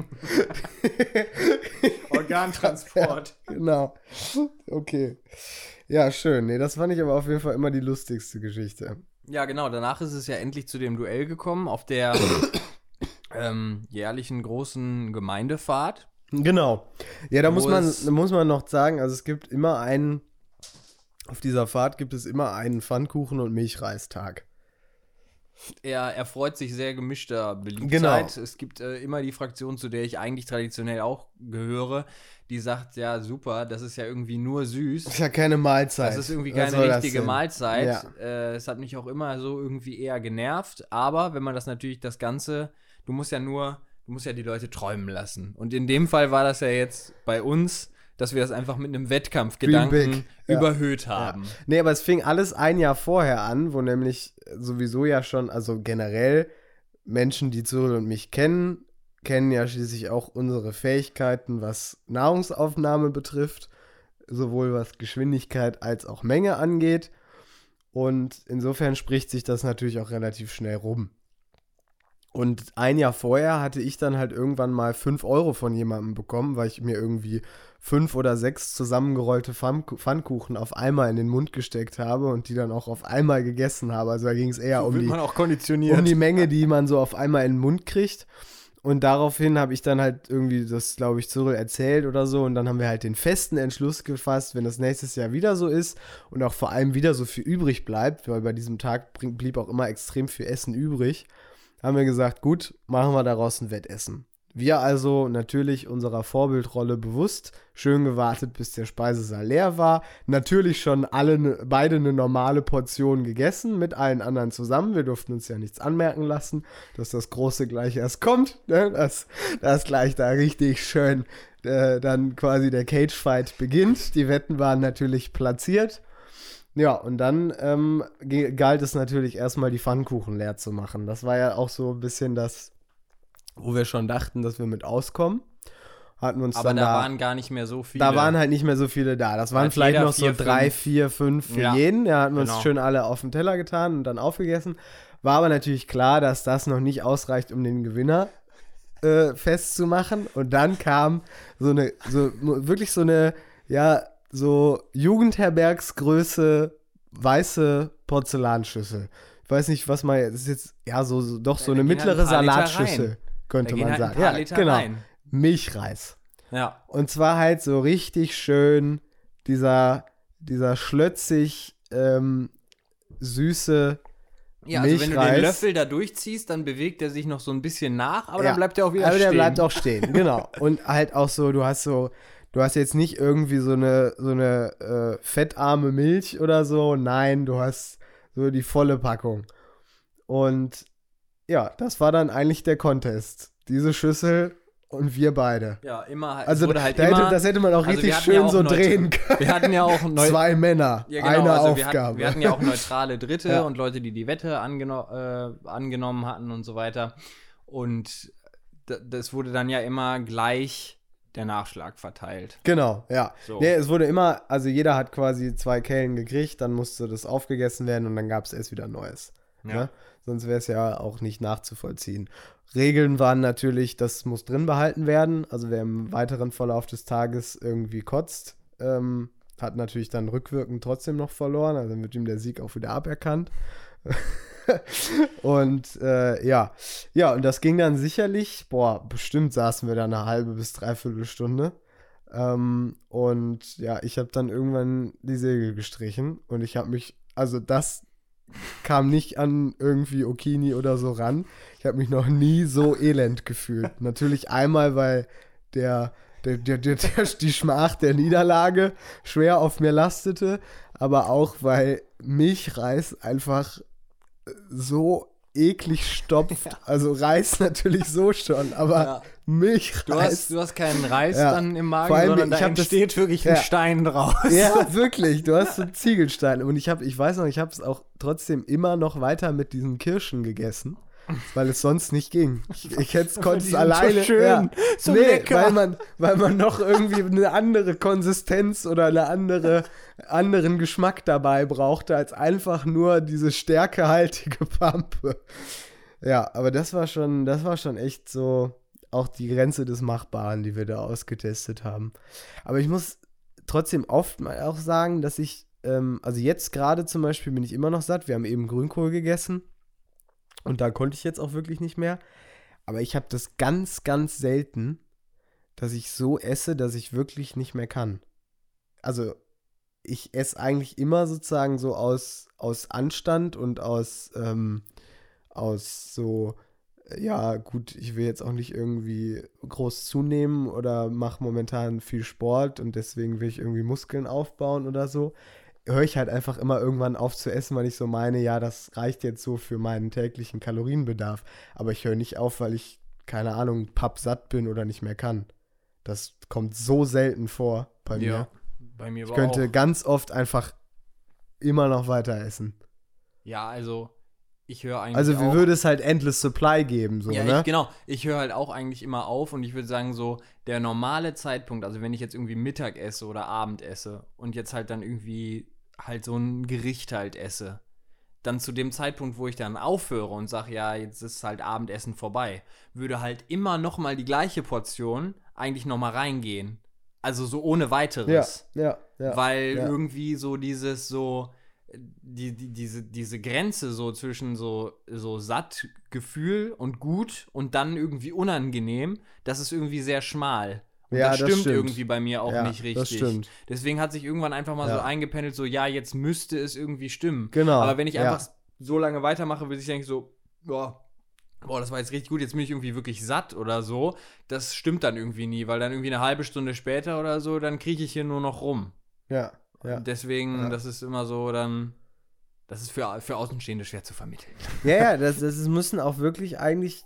Organtransport. Ja, genau. Okay. Ja, schön. Nee, das fand ich aber auf jeden Fall immer die lustigste Geschichte. Ja, genau. Danach ist es ja endlich zu dem Duell gekommen auf der jährlichen großen Gemeindefahrt. Genau. Ja, da muss man noch sagen, also es gibt immer auf dieser Fahrt gibt es immer einen Pfannkuchen- und Milchreistag. Er freut sich sehr gemischter Beliebtheit. Genau. Es gibt immer die Fraktion, zu der ich eigentlich traditionell auch gehöre, die sagt, ja super, das ist ja irgendwie nur süß. Das ist ja keine Mahlzeit. Das ist irgendwie Was keine soll das richtige denn? Mahlzeit. Ja. Es hat mich auch immer so irgendwie eher genervt. Aber wenn man das natürlich das Ganze, du musst ja die Leute träumen lassen. Und in dem Fall war das ja jetzt bei uns, dass wir das einfach mit einem Wettkampfgedanken überhöht haben. Ja. Nee, aber es fing alles ein Jahr vorher an, wo nämlich sowieso ja schon, also generell Menschen, die Cyril und mich kennen ja schließlich auch unsere Fähigkeiten, was Nahrungsaufnahme betrifft, sowohl was Geschwindigkeit als auch Menge angeht. Und insofern spricht sich das natürlich auch relativ schnell rum. Und ein Jahr vorher hatte ich dann halt irgendwann mal 5 Euro von jemandem bekommen, weil ich mir irgendwie 5 oder 6 zusammengerollte Pfannkuchen auf einmal in den Mund gesteckt habe und die dann auch auf einmal gegessen habe. Also da ging es eher So um wird die, man auch konditioniert. um die Menge, die man so auf einmal in den Mund kriegt. Und daraufhin habe ich dann halt irgendwie das, glaube ich, Cyril erzählt oder so. Und dann haben wir halt den festen Entschluss gefasst, wenn das nächstes Jahr wieder so ist und auch vor allem wieder so viel übrig bleibt, weil bei diesem Tag blieb auch immer extrem viel Essen übrig, haben wir gesagt, gut, machen wir daraus ein Wettessen. Wir also natürlich unserer Vorbildrolle bewusst, schön gewartet, bis der Speisesaal leer war. Natürlich schon beide eine normale Portion gegessen, mit allen anderen zusammen. Wir durften uns ja nichts anmerken lassen, dass das Große gleich erst kommt. Ne? Dass gleich da richtig schön dann quasi der Cagefight beginnt. Die Wetten waren natürlich platziert. Ja, und dann galt es natürlich erstmal, die Pfannkuchen leer zu machen. Das war ja auch so ein bisschen das, wo wir schon dachten, dass wir mit auskommen. Hatten uns aber dann da waren gar nicht mehr so viele. Da waren halt nicht mehr so viele da. Das waren vielleicht noch so 3, 4, 5 für jeden. Ja, hatten wir uns schön alle auf den Teller getan und dann aufgegessen. War aber natürlich klar, dass das noch nicht ausreicht, um den Gewinner festzumachen. Und dann kam wirklich so eine, ja, so Jugendherbergsgröße weiße Porzellanschüssel. Ich weiß nicht, was man, das ist jetzt, ja, so eine mittlere Salatschüssel, könnte man sagen. Ja, genau. Milchreis. Ja. Und zwar halt so richtig schön dieser dieser schlötzig süße Ja, also wenn du Milchreis. den Löffel da durchziehst, dann bewegt er sich noch so ein bisschen nach, aber dann bleibt er auch wieder aber stehen. der bleibt auch stehen, genau. Und halt auch so, du hast jetzt nicht irgendwie so eine fettarme Milch oder so, nein, du hast so die volle Packung. Und ja, das war dann eigentlich der Contest. Diese Schüssel und wir beide. Ja, immer halt. Also wurde halt das hätte man auch also richtig wir hatten schön ja auch so drehen können. Wir hatten ja auch Zwei Männer, ja, genau, eine also Aufgabe. Wir hatten ja auch neutrale Dritte Ja. und Leute, die die Wette angenommen hatten und so weiter. Und das wurde dann ja immer gleich der Nachschlag verteilt. Genau, ja. So. Nee, es wurde immer, also jeder hat quasi 2 Kellen gekriegt, dann musste das aufgegessen werden und dann gab es erst wieder Neues. Ja. Ne? Sonst wäre es ja auch nicht nachzuvollziehen. Regeln waren natürlich, das muss drin behalten werden. Also wer im weiteren Verlauf des Tages irgendwie kotzt, hat natürlich dann rückwirkend trotzdem noch verloren. Also dann wird ihm der Sieg auch wieder aberkannt. Und ja, und das ging dann sicherlich, bestimmt saßen wir da eine halbe bis dreiviertel Stunde. Und ja, ich habe dann irgendwann die Segel gestrichen und ich habe mich, also das kam nicht an irgendwie Okini oder so ran. Ich habe mich noch nie so elend gefühlt. Natürlich einmal, weil die Schmach der Niederlage schwer auf mir lastete, aber auch, weil Milchreis einfach so eklig stopft. Ja. Also Reis natürlich so schon, aber Ja. Milchreis. Du hast keinen Reis Ja. dann im Magen, Vor allem, sondern ich da hab das- entsteht wirklich ein Ja. Stein draus. Ja, wirklich. Du hast so Ziegelsteine. Und ich weiß noch, ich habe es auch trotzdem immer noch weiter mit diesen Kirschen gegessen, weil es sonst nicht ging. Ich konnte es sind alleine. so schön, ja. so lecker. Weil man noch irgendwie eine andere Konsistenz oder anderen Geschmack dabei brauchte, als einfach nur diese stärkehaltige Pampe. Ja, aber das war schon echt so auch die Grenze des Machbaren, die wir da ausgetestet haben. Aber ich muss trotzdem oft mal auch sagen, dass ich, also jetzt gerade zum Beispiel bin ich immer noch satt. Wir haben eben Grünkohl gegessen und da konnte ich jetzt auch wirklich nicht mehr. Aber ich habe das ganz, ganz selten, dass ich so esse, dass ich wirklich nicht mehr kann. Also ich esse eigentlich immer sozusagen so aus Anstand und aus so, ja gut, ich will jetzt auch nicht irgendwie groß zunehmen oder mache momentan viel Sport und deswegen will ich irgendwie Muskeln aufbauen oder so, höre ich halt einfach immer irgendwann auf zu essen, weil ich so meine, ja, das reicht jetzt so für meinen täglichen Kalorienbedarf. Aber ich höre nicht auf, weil ich, keine Ahnung, pappsatt bin oder nicht mehr kann. Das kommt so selten vor bei mir. Ja, bei mir Ich aber könnte auch. ganz oft einfach immer noch weiter essen. Ja, also ich höre eigentlich Also wie auch, würde es halt Endless Supply geben, so, ja, ne? ich höre halt auch eigentlich immer auf und ich würde sagen so, der normale Zeitpunkt, also wenn ich jetzt irgendwie Mittag esse oder Abend esse und jetzt halt dann irgendwie halt so ein Gericht halt esse, dann zu dem Zeitpunkt, wo ich dann aufhöre und sage, ja, jetzt ist halt Abendessen vorbei, würde halt immer noch mal die gleiche Portion eigentlich noch mal reingehen. Also so ohne weiteres. Ja. Weil ja. irgendwie so dieses so diese Grenze so zwischen so Sattgefühl und gut und dann irgendwie unangenehm, das ist irgendwie sehr schmal. Und Ja, das das stimmt stimmt. irgendwie bei mir auch Ja, nicht richtig. das stimmt. Deswegen hat sich irgendwann einfach mal Ja. so eingependelt, so ja, jetzt müsste es irgendwie stimmen. Genau, Aber wenn ich ja. einfach so lange weitermache, bis ich denke so, boah, das war jetzt richtig gut, jetzt bin ich irgendwie wirklich satt oder so. Das stimmt dann irgendwie nie, weil dann irgendwie eine halbe Stunde später oder so, dann kriege ich hier nur noch rum. Ja. Deswegen, Ja. das ist immer so dann, das ist für Außenstehende schwer zu vermitteln. Ja, das müssen auch wirklich eigentlich,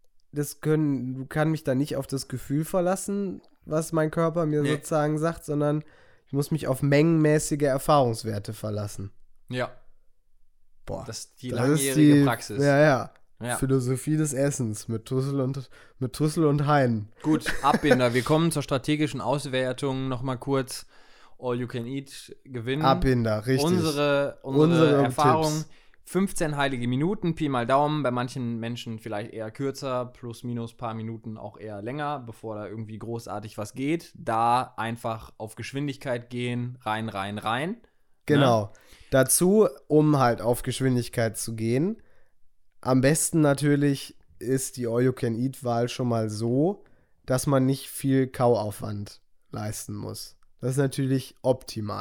du kannst mich da nicht auf das Gefühl verlassen, was mein Körper mir Nee. sozusagen sagt, sondern ich muss mich auf mengenmäßige Erfahrungswerte verlassen. Ja, Boah, das ist die das langjährige Praxis. Ja. Ja. Philosophie des Essens mit Tussel und Hein. Gut, Abbinder. Wir kommen zur strategischen Auswertung nochmal kurz. All you can eat gewinnen. Abbinder, richtig. Unsere Erfahrung, Tipps. 15 heilige Minuten, Pi mal Daumen, bei manchen Menschen vielleicht eher kürzer, plus minus paar Minuten auch eher länger, bevor da irgendwie großartig was geht. Da einfach auf Geschwindigkeit gehen, rein. Genau. Ne? Dazu, um halt auf Geschwindigkeit zu gehen, am besten natürlich ist die All-You-Can-Eat-Wahl schon mal so, dass man nicht viel Kauaufwand leisten muss. Das ist natürlich optimal.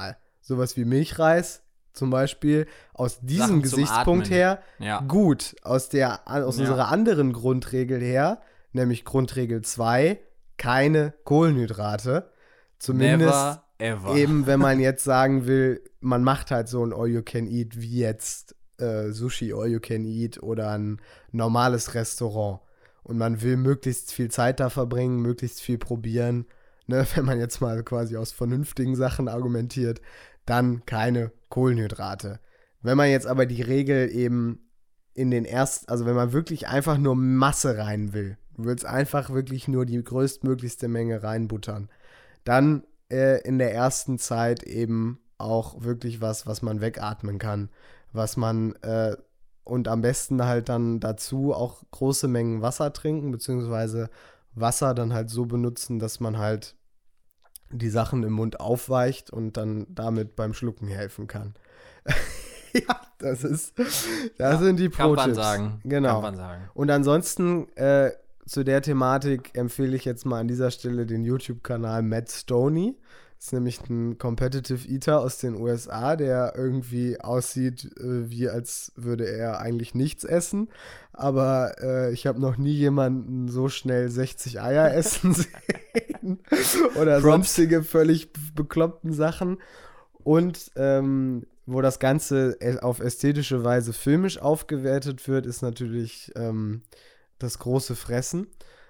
sowas wie Milchreis zum Beispiel, aus diesem Sachen zum Gesichtspunkt Atmen. her Ja. gut. Aus unserer anderen Grundregel her, nämlich Grundregel 2, keine Kohlenhydrate. Zumindest Never ever. eben, wenn man jetzt sagen will, man macht halt so ein All-You-Can-Eat wie jetzt Sushi All-You-Can-Eat oder ein normales Restaurant. Und man will möglichst viel Zeit da verbringen, möglichst viel probieren. Ne, wenn man jetzt mal quasi aus vernünftigen Sachen argumentiert, dann keine Kohlenhydrate. Wenn man jetzt aber die Regel eben also wenn man wirklich einfach nur Masse rein will, du willst einfach wirklich nur die größtmöglichste Menge reinbuttern, dann in der ersten Zeit eben auch wirklich was man wegatmen kann, was man und am besten halt dann dazu auch große Mengen Wasser trinken, beziehungsweise Wasser dann halt so benutzen, dass man halt die Sachen im Mund aufweicht und dann damit beim Schlucken helfen kann. Ja, das sind die Pro-Tipps. Kann man sagen. Genau. Kann man sagen. Und ansonsten zu der Thematik empfehle ich jetzt mal an dieser Stelle den YouTube-Kanal Matt Stoney. Das ist nämlich ein Competitive Eater aus den USA, der irgendwie aussieht, wie als würde er eigentlich nichts essen. Aber ich habe noch nie jemanden so schnell 60 Eier essen sehen. Oder sonstige völlig bekloppten Sachen. Und wo das Ganze auf ästhetische Weise filmisch aufgewertet wird, ist natürlich das große Fressen,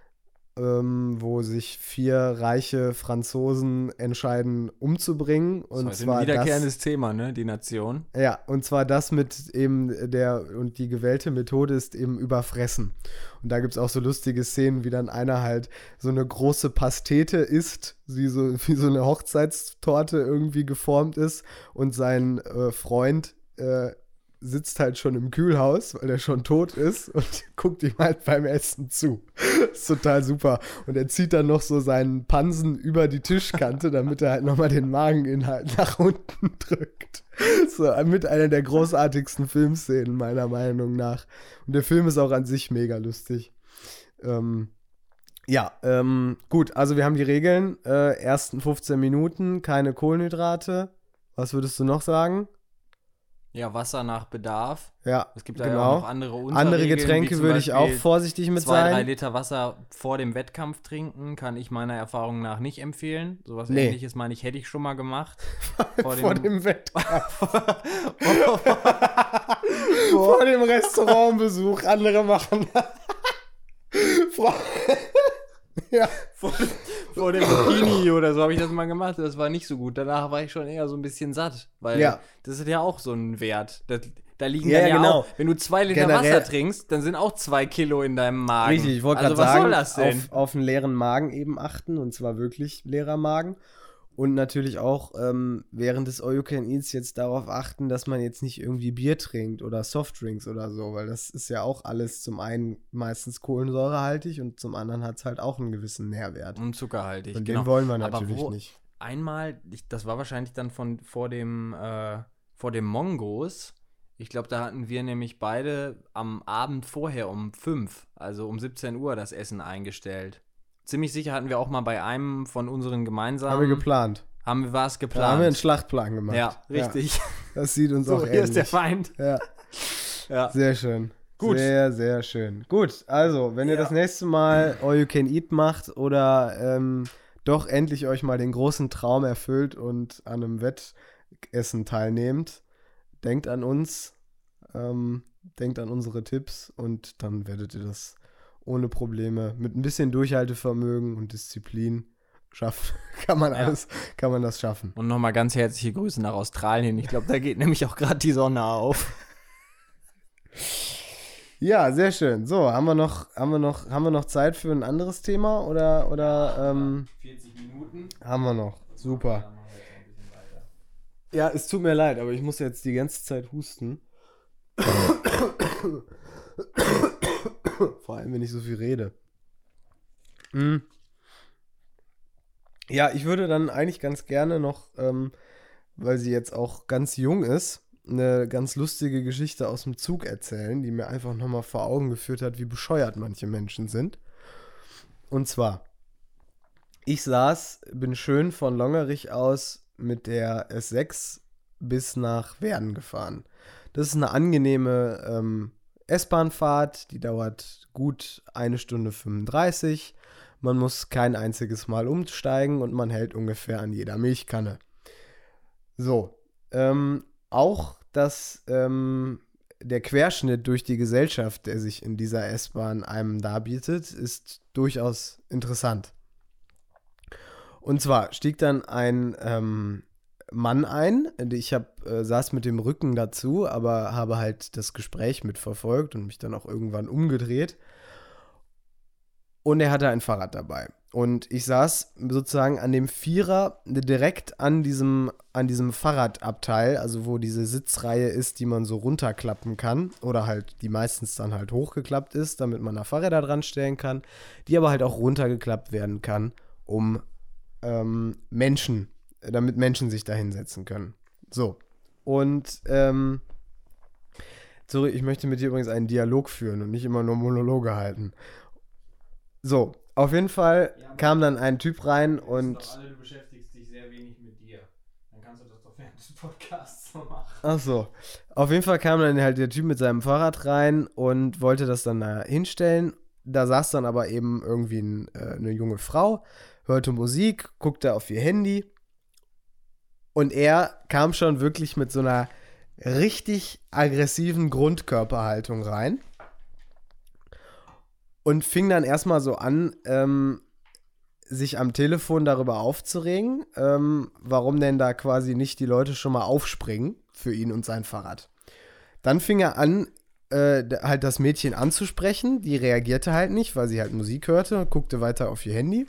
wo sich 4 reiche Franzosen entscheiden, umzubringen. Und das ist zwar ein wiederkehrendes Thema, ne? Die Nation. Ja, und zwar das mit eben und die gewählte Methode ist eben Überfressen. Und da gibt es auch so lustige Szenen, wie dann einer halt so eine große Pastete isst, wie so eine Hochzeitstorte irgendwie geformt ist und sein Freund sitzt halt schon im Kühlhaus, weil er schon tot ist und guckt ihm halt beim Essen zu. Das ist total super. Und er zieht dann noch so seinen Pansen über die Tischkante, damit er halt nochmal den Mageninhalt nach unten drückt. So, mit einer der großartigsten Filmszenen, meiner Meinung nach. Und der Film ist auch an sich mega lustig. Gut, also wir haben die Regeln. Ersten 15 Minuten, keine Kohlenhydrate. Was würdest du noch sagen? Ja, Wasser nach Bedarf. Ja, Es gibt da ja auch noch andere Unterregeln. Andere Getränke würde ich auch vorsichtig mit 2-3 sein. Liter Wasser vor dem Wettkampf trinken, kann ich meiner Erfahrung nach nicht empfehlen. Sowas Nee. Ähnliches, meine ich, hätte ich schon mal gemacht. Vor dem Wettkampf. Vor dem Restaurantbesuch. Andere machen. Ja. Vor dem Bikini oder so habe ich das mal gemacht. Das war nicht so gut. Danach war ich schon eher so ein bisschen satt. Weil Ja. das ist ja auch so ein Wert. Da liegen Ja, dann ja genau. auch, wenn du 2 Liter Generell- Wasser trinkst, dann sind auch 2 Kilo in deinem Magen. Richtig, ich wollte also gerade was sagen, soll das denn? auf einen leeren Magen eben achten, und zwar wirklich leerer Magen. Und natürlich auch während des All-You-Can-Eats jetzt darauf achten, dass man jetzt nicht irgendwie Bier trinkt oder Softdrinks oder so, weil das ist ja auch alles zum einen meistens kohlensäurehaltig und zum anderen hat es halt auch einen gewissen Nährwert. Und zuckerhaltig. Und genau. den wollen wir Aber natürlich nicht. Einmal, das war wahrscheinlich dann vor dem Mongos. Ich glaube, da hatten wir nämlich beide am Abend vorher um 5, also um 17 Uhr, das Essen eingestellt. Ziemlich sicher hatten wir auch mal bei einem von unseren gemeinsamen. Haben wir geplant. War es Da geplant. haben wir einen Schlachtplan gemacht. Ja, richtig. Ja, das sieht uns So, auch hier ähnlich. ist der Feind. Ja, Ja. sehr schön. Gut. Sehr, sehr schön. Gut, also, wenn ihr Ja. das nächste Mal All You Can Eat macht oder doch endlich euch mal den großen Traum erfüllt und an einem Wettessen teilnehmt, denkt an uns, denkt an unsere Tipps und dann werdet ihr das ohne Probleme mit ein bisschen Durchhaltevermögen und Disziplin schaffen. kann man das schaffen. Und nochmal ganz herzliche Grüße nach Australien. Ich glaube, da geht nämlich auch gerade die Sonne auf. Ja, sehr schön. So, haben wir noch Zeit für ein anderes Thema oder 40 Minuten. haben wir noch? Super. Ja, es tut mir leid, aber ich muss jetzt die ganze Zeit husten. Vor allem, wenn ich so viel rede. Ja, ich würde dann eigentlich ganz gerne noch, weil sie jetzt auch ganz jung ist, eine ganz lustige Geschichte aus dem Zug erzählen, die mir einfach nochmal vor Augen geführt hat, wie bescheuert manche Menschen sind. Und zwar, ich bin schön von Longerich aus mit der S6 bis nach Werden gefahren. Das ist eine angenehme S-Bahn-Fahrt, die dauert gut 1 Stunde 35. Man muss kein einziges Mal umsteigen und man hält ungefähr an jeder Milchkanne. So, auch der Querschnitt durch die Gesellschaft, der sich in dieser S-Bahn einem darbietet, ist durchaus interessant. Und zwar stieg dann ein Mann ein. Ich saß mit dem Rücken dazu, aber habe halt das Gespräch mitverfolgt und mich dann auch irgendwann umgedreht. Und er hatte ein Fahrrad dabei. Und ich saß sozusagen an dem Vierer direkt an diesem Fahrradabteil, also wo diese Sitzreihe ist, die man so runterklappen kann oder halt die meistens dann halt hochgeklappt ist, damit man da Fahrräder dran stellen kann, die aber halt auch runtergeklappt werden kann, um damit Menschen sich da hinsetzen können. So. Und sorry, ich möchte mit dir übrigens einen Dialog führen und nicht immer nur Monologe halten. So, auf jeden Fall kam dann ein Typ rein und... Du beschäftigst dich sehr wenig mit dir. Dann kannst du das doch während des Podcasts so machen. Ach so. Auf jeden Fall kam dann halt der Typ mit seinem Fahrrad rein und wollte das dann da hinstellen. Da saß dann aber eben irgendwie eine junge Frau, hörte Musik, guckte auf ihr Handy und er kam schon wirklich mit so einer richtig aggressiven Grundkörperhaltung rein. Und fing dann erstmal so an, sich am Telefon darüber aufzuregen, warum denn da quasi nicht die Leute schon mal aufspringen für ihn und sein Fahrrad. Dann fing er an, halt das Mädchen anzusprechen. Die reagierte halt nicht, weil sie halt Musik hörte, guckte weiter auf ihr Handy.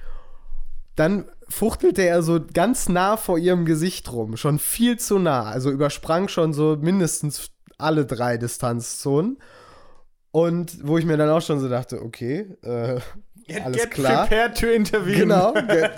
Dann fuchtelte er so ganz nah vor ihrem Gesicht rum, schon viel zu nah. Also übersprang schon so mindestens alle 3 Distanzzonen. Und wo ich mir dann auch schon so dachte, okay, alles klar. Prepared to intervene. Genau,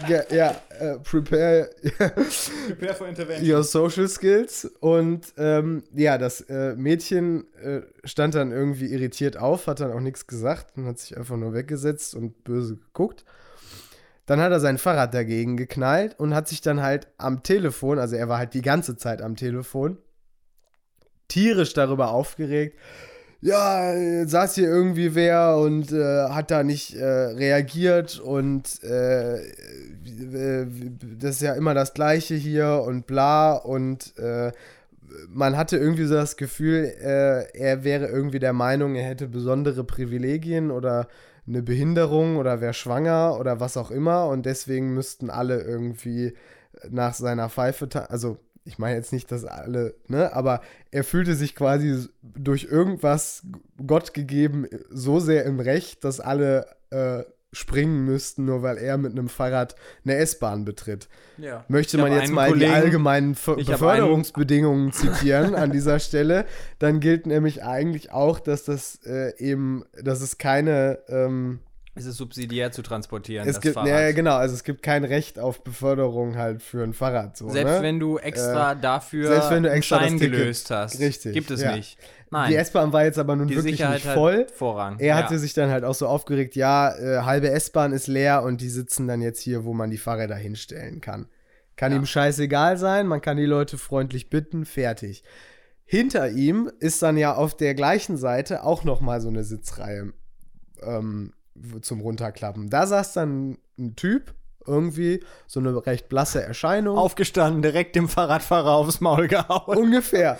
prepare for intervention. your social skills. Und das Mädchen stand dann irgendwie irritiert auf, hat dann auch nichts gesagt und hat sich einfach nur weggesetzt und böse geguckt. Dann hat er sein Fahrrad dagegen geknallt und hat sich dann halt am Telefon, also er war halt die ganze Zeit am Telefon, tierisch darüber aufgeregt. Ja, saß hier irgendwie wer und hat da nicht reagiert und das ist ja immer das Gleiche hier und bla und man hatte irgendwie so das Gefühl, er wäre irgendwie der Meinung, er hätte besondere Privilegien oder eine Behinderung oder wäre schwanger oder was auch immer und deswegen müssten alle irgendwie nach seiner Pfeife also ich meine jetzt nicht, dass alle, ne, aber er fühlte sich quasi durch irgendwas Gott gegeben so sehr im Recht, dass alle springen müssten, nur weil er mit einem Fahrrad eine S-Bahn betritt. Ja. Möchte man jetzt mal die allgemeinen Beförderungsbedingungen zitieren an dieser Stelle, dann gilt nämlich eigentlich auch, dass dass es keine es ist subsidiär zu transportieren, das Fahrrad. Ja, genau, also es gibt kein Recht auf Beförderung halt für ein Fahrrad. So, selbst wenn du extra dafür einen Schein gelöst hast. Richtig. Gibt es nicht. Nein. Die S-Bahn war jetzt aber nun wirklich nicht voll. Halt Vorrang. Er hatte sich dann halt auch so aufgeregt, halbe S-Bahn ist leer und die sitzen dann jetzt hier, wo man die Fahrräder hinstellen kann. Kann ihm scheißegal sein, man kann die Leute freundlich bitten, fertig. Hinter ihm ist dann ja auf der gleichen Seite auch noch mal so eine Sitzreihe zum Runterklappen. Da saß dann ein Typ, irgendwie so eine recht blasse Erscheinung. Aufgestanden, direkt dem Fahrradfahrer aufs Maul gehauen. Ungefähr.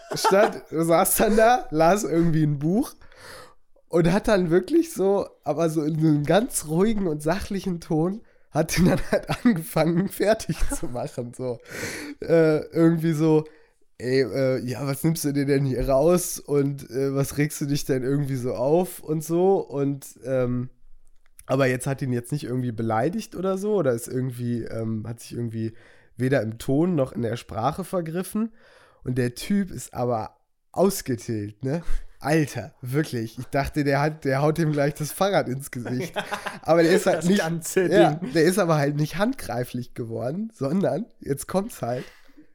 Saß dann da, las irgendwie ein Buch und hat dann wirklich so, aber so in einem ganz ruhigen und sachlichen Ton, hat ihn dann halt angefangen, fertig zu machen. So. Irgendwie so, was nimmst du dir denn hier raus und was regst du dich denn irgendwie so auf und so und aber jetzt hat ihn jetzt nicht irgendwie beleidigt oder so oder ist irgendwie, hat sich irgendwie weder im Ton noch in der Sprache vergriffen und der Typ ist aber ausgetillt, ne? Alter, wirklich. Ich dachte, der haut ihm gleich das Fahrrad ins Gesicht. Aber der ist halt der ist aber halt nicht handgreiflich geworden, sondern, jetzt kommt's halt,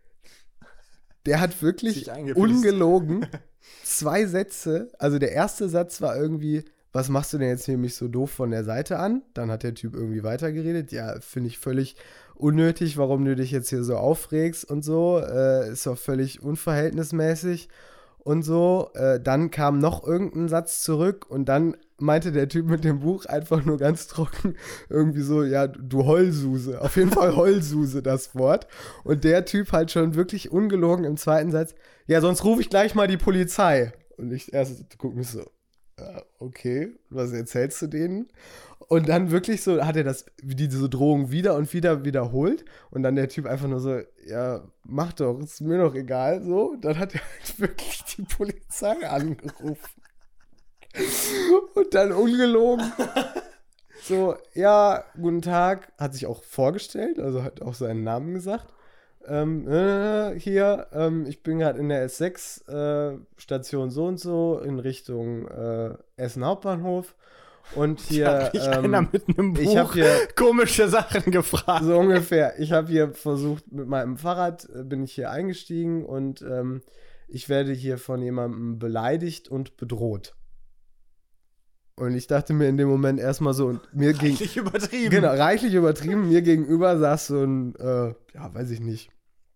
der hat wirklich ungelogen 2 Sätze, also der erste Satz war irgendwie, was machst du denn jetzt hier mich so doof von der Seite an? Dann hat der Typ irgendwie weitergeredet, ja, finde ich völlig unnötig, warum du dich jetzt hier so aufregst und so, ist doch völlig unverhältnismäßig und so. Dann kam noch irgendein Satz zurück und dann meinte der Typ mit dem Buch einfach nur ganz trocken irgendwie so, ja, du Heulsuse. Auf jeden Fall Heulsuse, das Wort. Und der Typ halt schon wirklich ungelogen im zweiten Satz, ja, sonst rufe ich gleich mal die Polizei. Und ich erst gucke mich so, okay, was erzählst du denen? Und dann wirklich so, hat er diese Drohung wieder und wieder wiederholt. Und dann der Typ einfach nur so, ja, mach doch, ist mir doch egal. So, dann hat er halt wirklich die Polizei angerufen. Und dann ungelogen. So, ja, guten Tag. Hat sich auch vorgestellt, also hat auch seinen Namen gesagt. Hier, ich bin gerade in der S6, Station so und so, in Richtung Essen Hauptbahnhof. Und hier, einer mit einem Buch ich habe hier komische Sachen gefragt. so ungefähr, ich habe hier versucht, mit meinem Fahrrad bin ich hier eingestiegen und ich werde hier von jemandem beleidigt und bedroht. Und ich dachte mir in dem Moment erstmal so, und mir Reichlich übertrieben. Genau, reichlich übertrieben. Mir gegenüber saß so ein, ja, weiß ich nicht,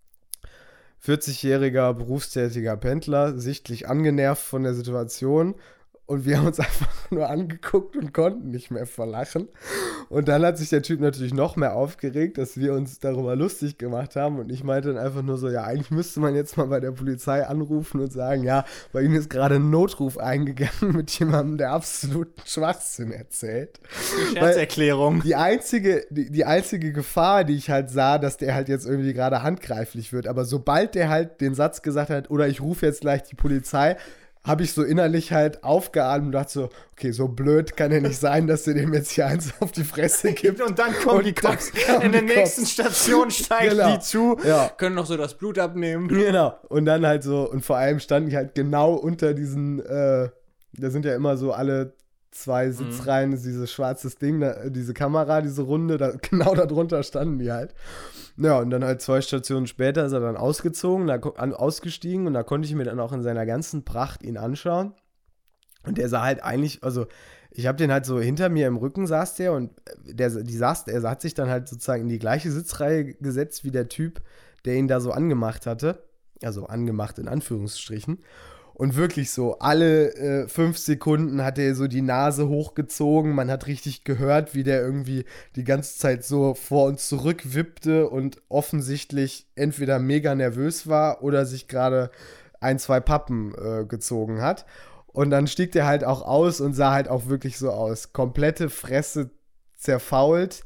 40-jähriger berufstätiger Pendler, sichtlich angenervt von der Situation. Und wir haben uns einfach nur angeguckt und konnten nicht mehr vor Lachen. Und dann hat sich der Typ natürlich noch mehr aufgeregt, dass wir uns darüber lustig gemacht haben. Und ich meinte dann einfach nur so, ja, eigentlich müsste man jetzt mal bei der Polizei anrufen und sagen, ja, bei Ihnen ist gerade ein Notruf eingegangen mit jemandem, der absoluten Schwachsinn erzählt. Scherzerklärung. Die einzige Gefahr, die ich halt sah, dass der halt jetzt irgendwie gerade handgreiflich wird. Aber sobald der halt den Satz gesagt hat, oder ich rufe jetzt gleich die Polizei, habe ich so innerlich halt aufgeatmet und dachte so, okay, so blöd kann er nicht sein, dass er dem jetzt hier eins auf die Fresse gibt. Und dann kommen die Cops. In der nächsten Station steigen die zu, können noch so das Blut abnehmen. Genau. Und dann halt so, und vor allem standen die halt genau unter diesen, da sind ja immer so alle 2 Sitzreihen, ist dieses schwarzes Ding, diese Kamera, diese Runde, genau darunter standen die halt. Ja, und dann halt 2 Stationen später ist er dann ausgestiegen und da konnte ich mir dann auch in seiner ganzen Pracht ihn anschauen. Und der sah halt eigentlich, also ich habe den halt so hinter mir im Rücken saß der und er hat sich dann halt sozusagen in die gleiche Sitzreihe gesetzt wie der Typ, der ihn da so angemacht hatte. Also angemacht in Anführungsstrichen. Und wirklich so, alle 5 Sekunden hat er so die Nase hochgezogen. Man hat richtig gehört, wie der irgendwie die ganze Zeit so vor und zurück wippte und offensichtlich entweder mega nervös war oder sich gerade 1, 2 Pappen gezogen hat. Und dann stieg der halt auch aus und sah halt auch wirklich so aus. Komplette Fresse zerfault.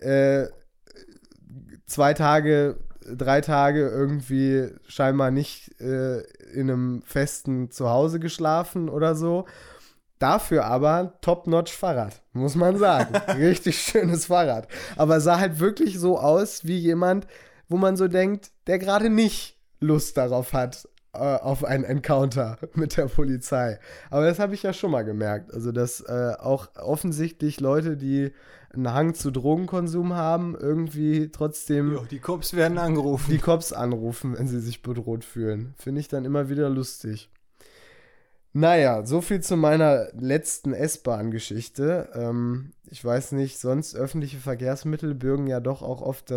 2 Tage, 3 Tage irgendwie scheinbar nicht in einem festen Zuhause geschlafen oder so. Dafür aber top-notch Fahrrad, muss man sagen. Richtig schönes Fahrrad. Aber sah halt wirklich so aus wie jemand, wo man so denkt, der gerade nicht Lust darauf hat, auf einen Encounter mit der Polizei. Aber das habe ich ja schon mal gemerkt. Also, dass auch offensichtlich Leute, die einen Hang zu Drogenkonsum haben, irgendwie trotzdem Jo, die Cops werden angerufen. die Cops anrufen, wenn sie sich bedroht fühlen. Finde ich dann immer wieder lustig. Naja, so viel zu meiner letzten S-Bahn-Geschichte. Ich weiß nicht, sonst öffentliche Verkehrsmittel bürgen ja doch auch oft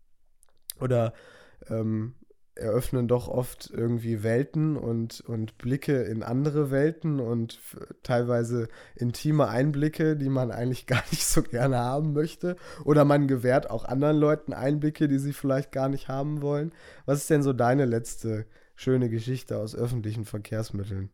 eröffnen doch oft irgendwie Welten und Blicke in andere Welten und teilweise intime Einblicke, die man eigentlich gar nicht so gerne haben möchte. Oder man gewährt auch anderen Leuten Einblicke, die sie vielleicht gar nicht haben wollen. Was ist denn so deine letzte schöne Geschichte aus öffentlichen Verkehrsmitteln?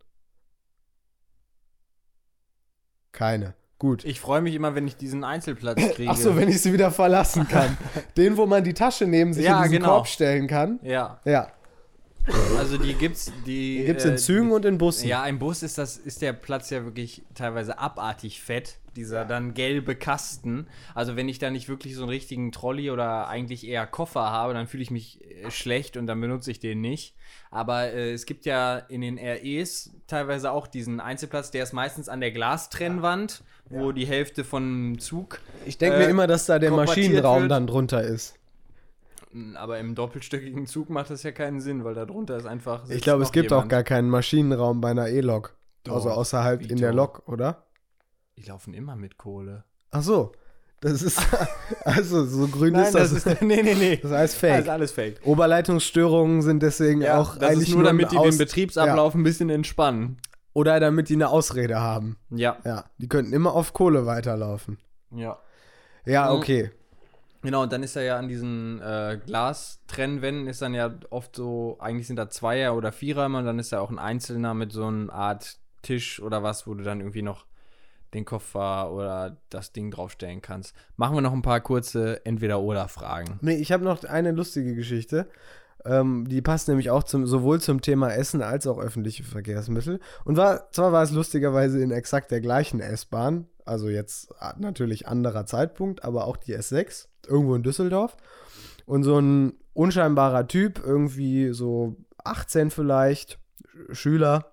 Keine. Gut. Ich freue mich immer, wenn ich diesen Einzelplatz kriege. Ach so, wenn ich sie wieder verlassen kann. Den, wo man die Tasche neben sich in diesen Korb stellen kann. Ja. Ja. Also die gibt's in Zügen und in Bussen. Ja, im Bus ist der Platz ja wirklich teilweise abartig fett. Dieser dann gelbe Kasten. Also wenn ich da nicht wirklich so einen richtigen Trolley oder eigentlich eher Koffer habe, dann fühle ich mich schlecht und dann benutze ich den nicht. Aber es gibt ja in den REs teilweise auch diesen Einzelplatz, der ist meistens an der Glastrennwand, wo die Hälfte vom Zug Ich denke mir immer, dass da der Maschinenraum wird. dann drunter ist. Aber im doppelstöckigen Zug macht das ja keinen Sinn, weil da drunter ist einfach... Ich glaube, es gibt auch gar keinen Maschinenraum bei einer E-Lok. Doch, Also außer halt in der Lok, oder? Die laufen immer mit Kohle. Ach so. Das ist, also so grün Nein, ist das. Nee. Das heißt Das Fake. ist alles Fake. Oberleitungsstörungen sind deswegen auch das eigentlich ist nur damit die den Aus- Betriebsablauf ein bisschen entspannen. Oder damit die eine Ausrede haben. Ja. Ja, die könnten immer auf Kohle weiterlaufen. Ja. Ja, Mhm. okay. Genau, und dann ist er ja an diesen Glastrennwänden ist dann ja oft so, eigentlich sind da Zweier- oder Vierer und dann ist da auch ein Einzelner mit so einer Art Tisch oder was, wo du dann irgendwie noch den Koffer oder das Ding draufstellen kannst. Machen wir noch ein paar kurze Entweder-oder-Fragen. Nee, ich habe noch eine lustige Geschichte. Die passt nämlich auch sowohl zum Thema Essen als auch öffentliche Verkehrsmittel. Und zwar war es lustigerweise in exakt der gleichen S-Bahn. Also jetzt natürlich anderer Zeitpunkt, aber auch die S6, irgendwo in Düsseldorf. Und so ein unscheinbarer Typ, irgendwie so 18 vielleicht, Schüler,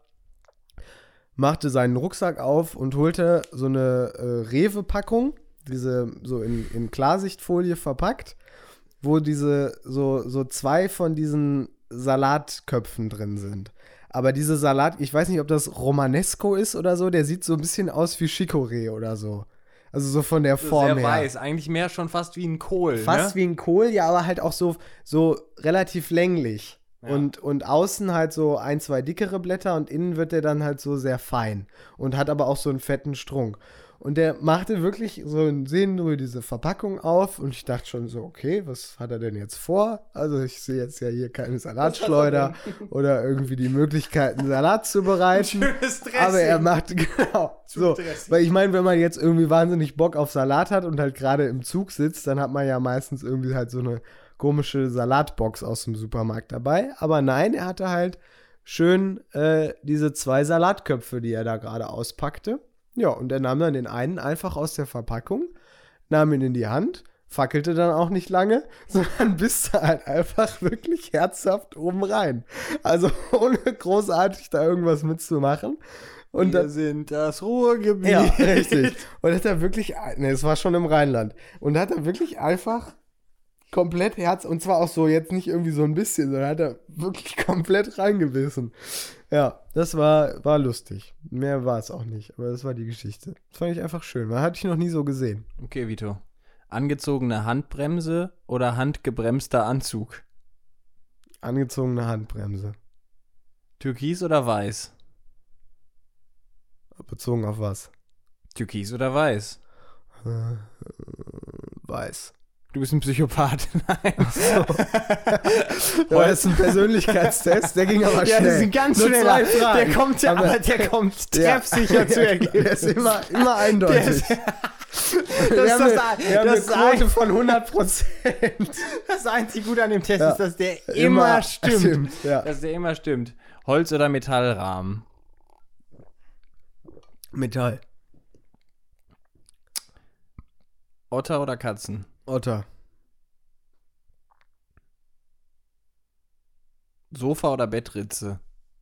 machte seinen Rucksack auf und holte so eine Rewe-Packung, diese so in Klarsichtfolie verpackt, wo diese so zwei von diesen Salatköpfen drin sind. Aber diese Salat, ich weiß nicht, ob das Romanesco ist oder so, der sieht so ein bisschen aus wie Chicorée oder so. Also so von der Form Sehr her. weiß, eigentlich mehr schon fast wie ein Kohl. Fast wie ein Kohl, ja, aber halt auch so relativ länglich. Ja. Und außen halt so ein, zwei dickere Blätter und innen wird der dann halt so sehr fein. Und hat aber auch so einen fetten Strunk. Und der machte wirklich so in Seelenruhe diese Verpackung auf und ich dachte schon so, okay, was hat er denn jetzt vor? Also ich sehe jetzt ja hier keine Salatschleuder oder irgendwie die Möglichkeit, einen Salat zu bereiten. Schönes Dressing. Aber er macht, genau, so. Weil ich meine, wenn man jetzt irgendwie wahnsinnig Bock auf Salat hat und halt gerade im Zug sitzt, dann hat man ja meistens irgendwie halt so eine komische Salatbox aus dem Supermarkt dabei. Aber nein, er hatte halt schön diese zwei Salatköpfe, die er da gerade auspackte. Ja, und er nahm dann den einen einfach aus der Verpackung, nahm ihn in die Hand, fackelte dann auch nicht lange, sondern biss halt einfach wirklich herzhaft oben rein. Also ohne großartig da irgendwas mitzumachen. Und Wir sind das Ruhrgebiet. ja, richtig. Und hat er wirklich, ne, es war schon im Rheinland, und hat er wirklich einfach komplett und zwar auch so jetzt nicht irgendwie so ein bisschen, sondern hat er wirklich komplett reingebissen. Ja, das war lustig. Mehr war es auch nicht, aber das war die Geschichte. Das fand ich einfach schön, weil hatte ich noch nie so gesehen. Okay, Vito. Angezogene Handbremse oder handgebremster Anzug? Angezogene Handbremse. Türkis oder weiß? Bezogen auf was? Türkis oder weiß? Weiß. Du bist ein Psychopath. Nein. Das ist ein Persönlichkeitstest, der ging aber schnell. Ja, das ist ein ganz Nur schneller. zwei Fragen. Der kommt ja, aber der kommt treffsicher zu Ergebnissen. Der ist immer eindeutig. Wir haben eine Quote von 100%. Das einzige Gute an dem Test Ja. ist, dass der immer stimmt. Ja. Dass der immer stimmt. Holz- oder Metallrahmen? Metall. Otter oder Katzen? Otter. Sofa oder Bettritze?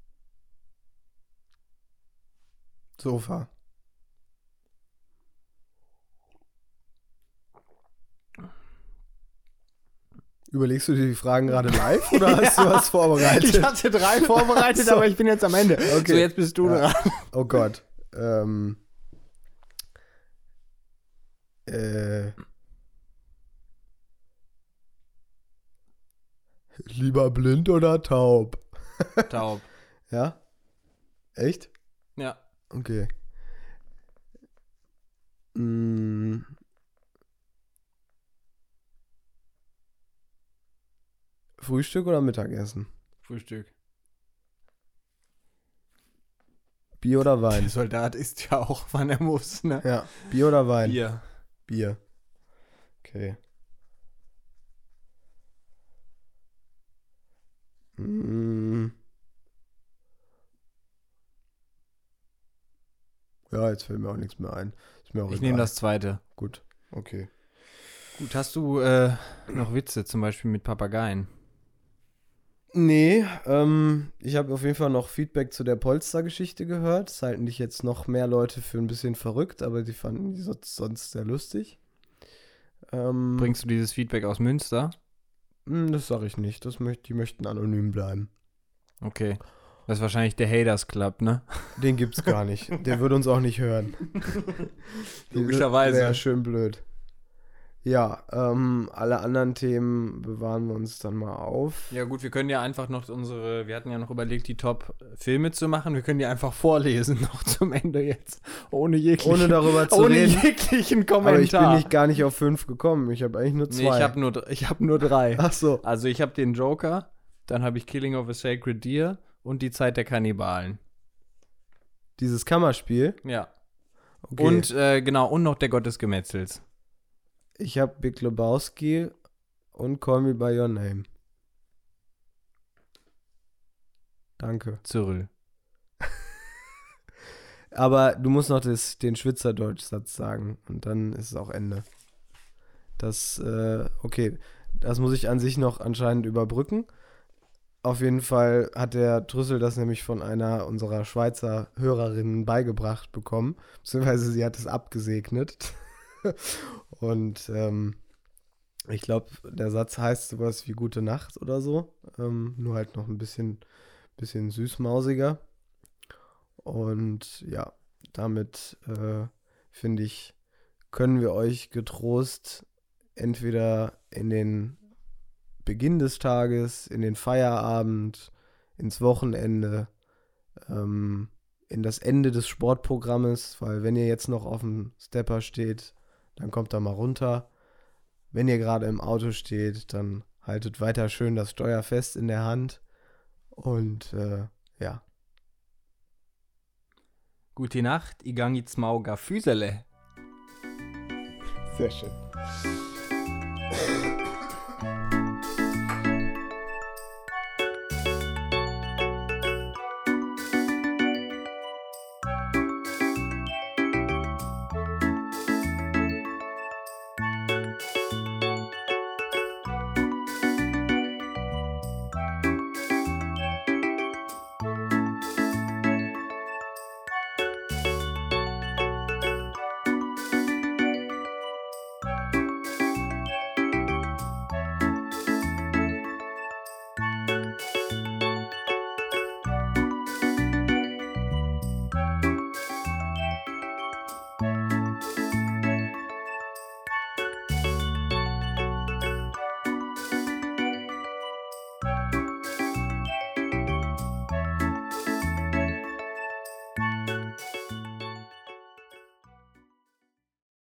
Sofa. Überlegst du dir die Fragen gerade live oder hast du was vorbereitet? Ich hatte 3 vorbereitet, So. aber ich bin jetzt am Ende. Okay. So, jetzt bist du dran. Oh Gott. Lieber blind oder taub? Taub. Ja? Echt? Ja. Okay. Mm. Frühstück oder Mittagessen? Frühstück. Bier oder Wein? Der Soldat isst ja auch, wann er muss, ne? Ja. Bier oder Wein? Bier. Bier. Okay. Mm. Ja, jetzt fällt mir auch nichts mehr ein. Ist mir auch Ich egal. nehme das zweite. Gut. Okay. Gut, hast du noch Witze, zum Beispiel mit Papageien? Nee, ich habe auf jeden Fall noch Feedback zu der Polster-Geschichte gehört. Das halten dich jetzt noch mehr Leute für ein bisschen verrückt, aber die fanden die sonst sehr lustig. Bringst du dieses Feedback aus Münster? Das sage ich nicht. Die möchten anonym bleiben. Okay. Das ist wahrscheinlich der Haters Club, ne? Den gibt's gar nicht. Der würde uns auch nicht hören. Logischerweise. Wäre schön blöd. Ja, alle anderen Themen bewahren wir uns dann mal auf. Ja gut, wir können ja einfach noch wir hatten ja noch überlegt, die Top-Filme zu machen. Wir können die einfach vorlesen noch zum Ende jetzt. Ohne darüber zu ohne reden. jeglichen Kommentar. Aber ich bin gar nicht auf 5 gekommen. Ich habe eigentlich nur 2. Nee, ich hab nur 3. Ach so. Also ich habe den Joker, dann habe ich Killing of a Sacred Deer und die Zeit der Kannibalen. Dieses Kammerspiel? Ja. Okay. Und genau, und noch der Gott des Gemetzels. Ich habe Big Lebowski und Call Me By Your Name. Danke. Cyril. Aber du musst noch den Schweizerdeutsch-Satz sagen und dann ist es auch Ende. Okay, das muss ich an sich noch anscheinend überbrücken. Auf jeden Fall hat der Trüssel das nämlich von einer unserer Schweizer Hörerinnen beigebracht bekommen, beziehungsweise sie hat es abgesegnet. Und ich glaube, der Satz heißt sowas wie Gute Nacht oder so, nur halt noch ein bisschen süßmausiger. Und ja, damit finde ich, können wir euch getrost entweder in den Beginn des Tages, in den Feierabend, ins Wochenende, in das Ende des Sportprogrammes, weil wenn ihr jetzt noch auf dem Stepper steht, dann kommt da mal runter. Wenn ihr gerade im Auto steht, dann haltet weiter schön das Steuer fest in der Hand. Und ja. Gute Nacht, ich gang jetzt mal Füßele. Sehr schön.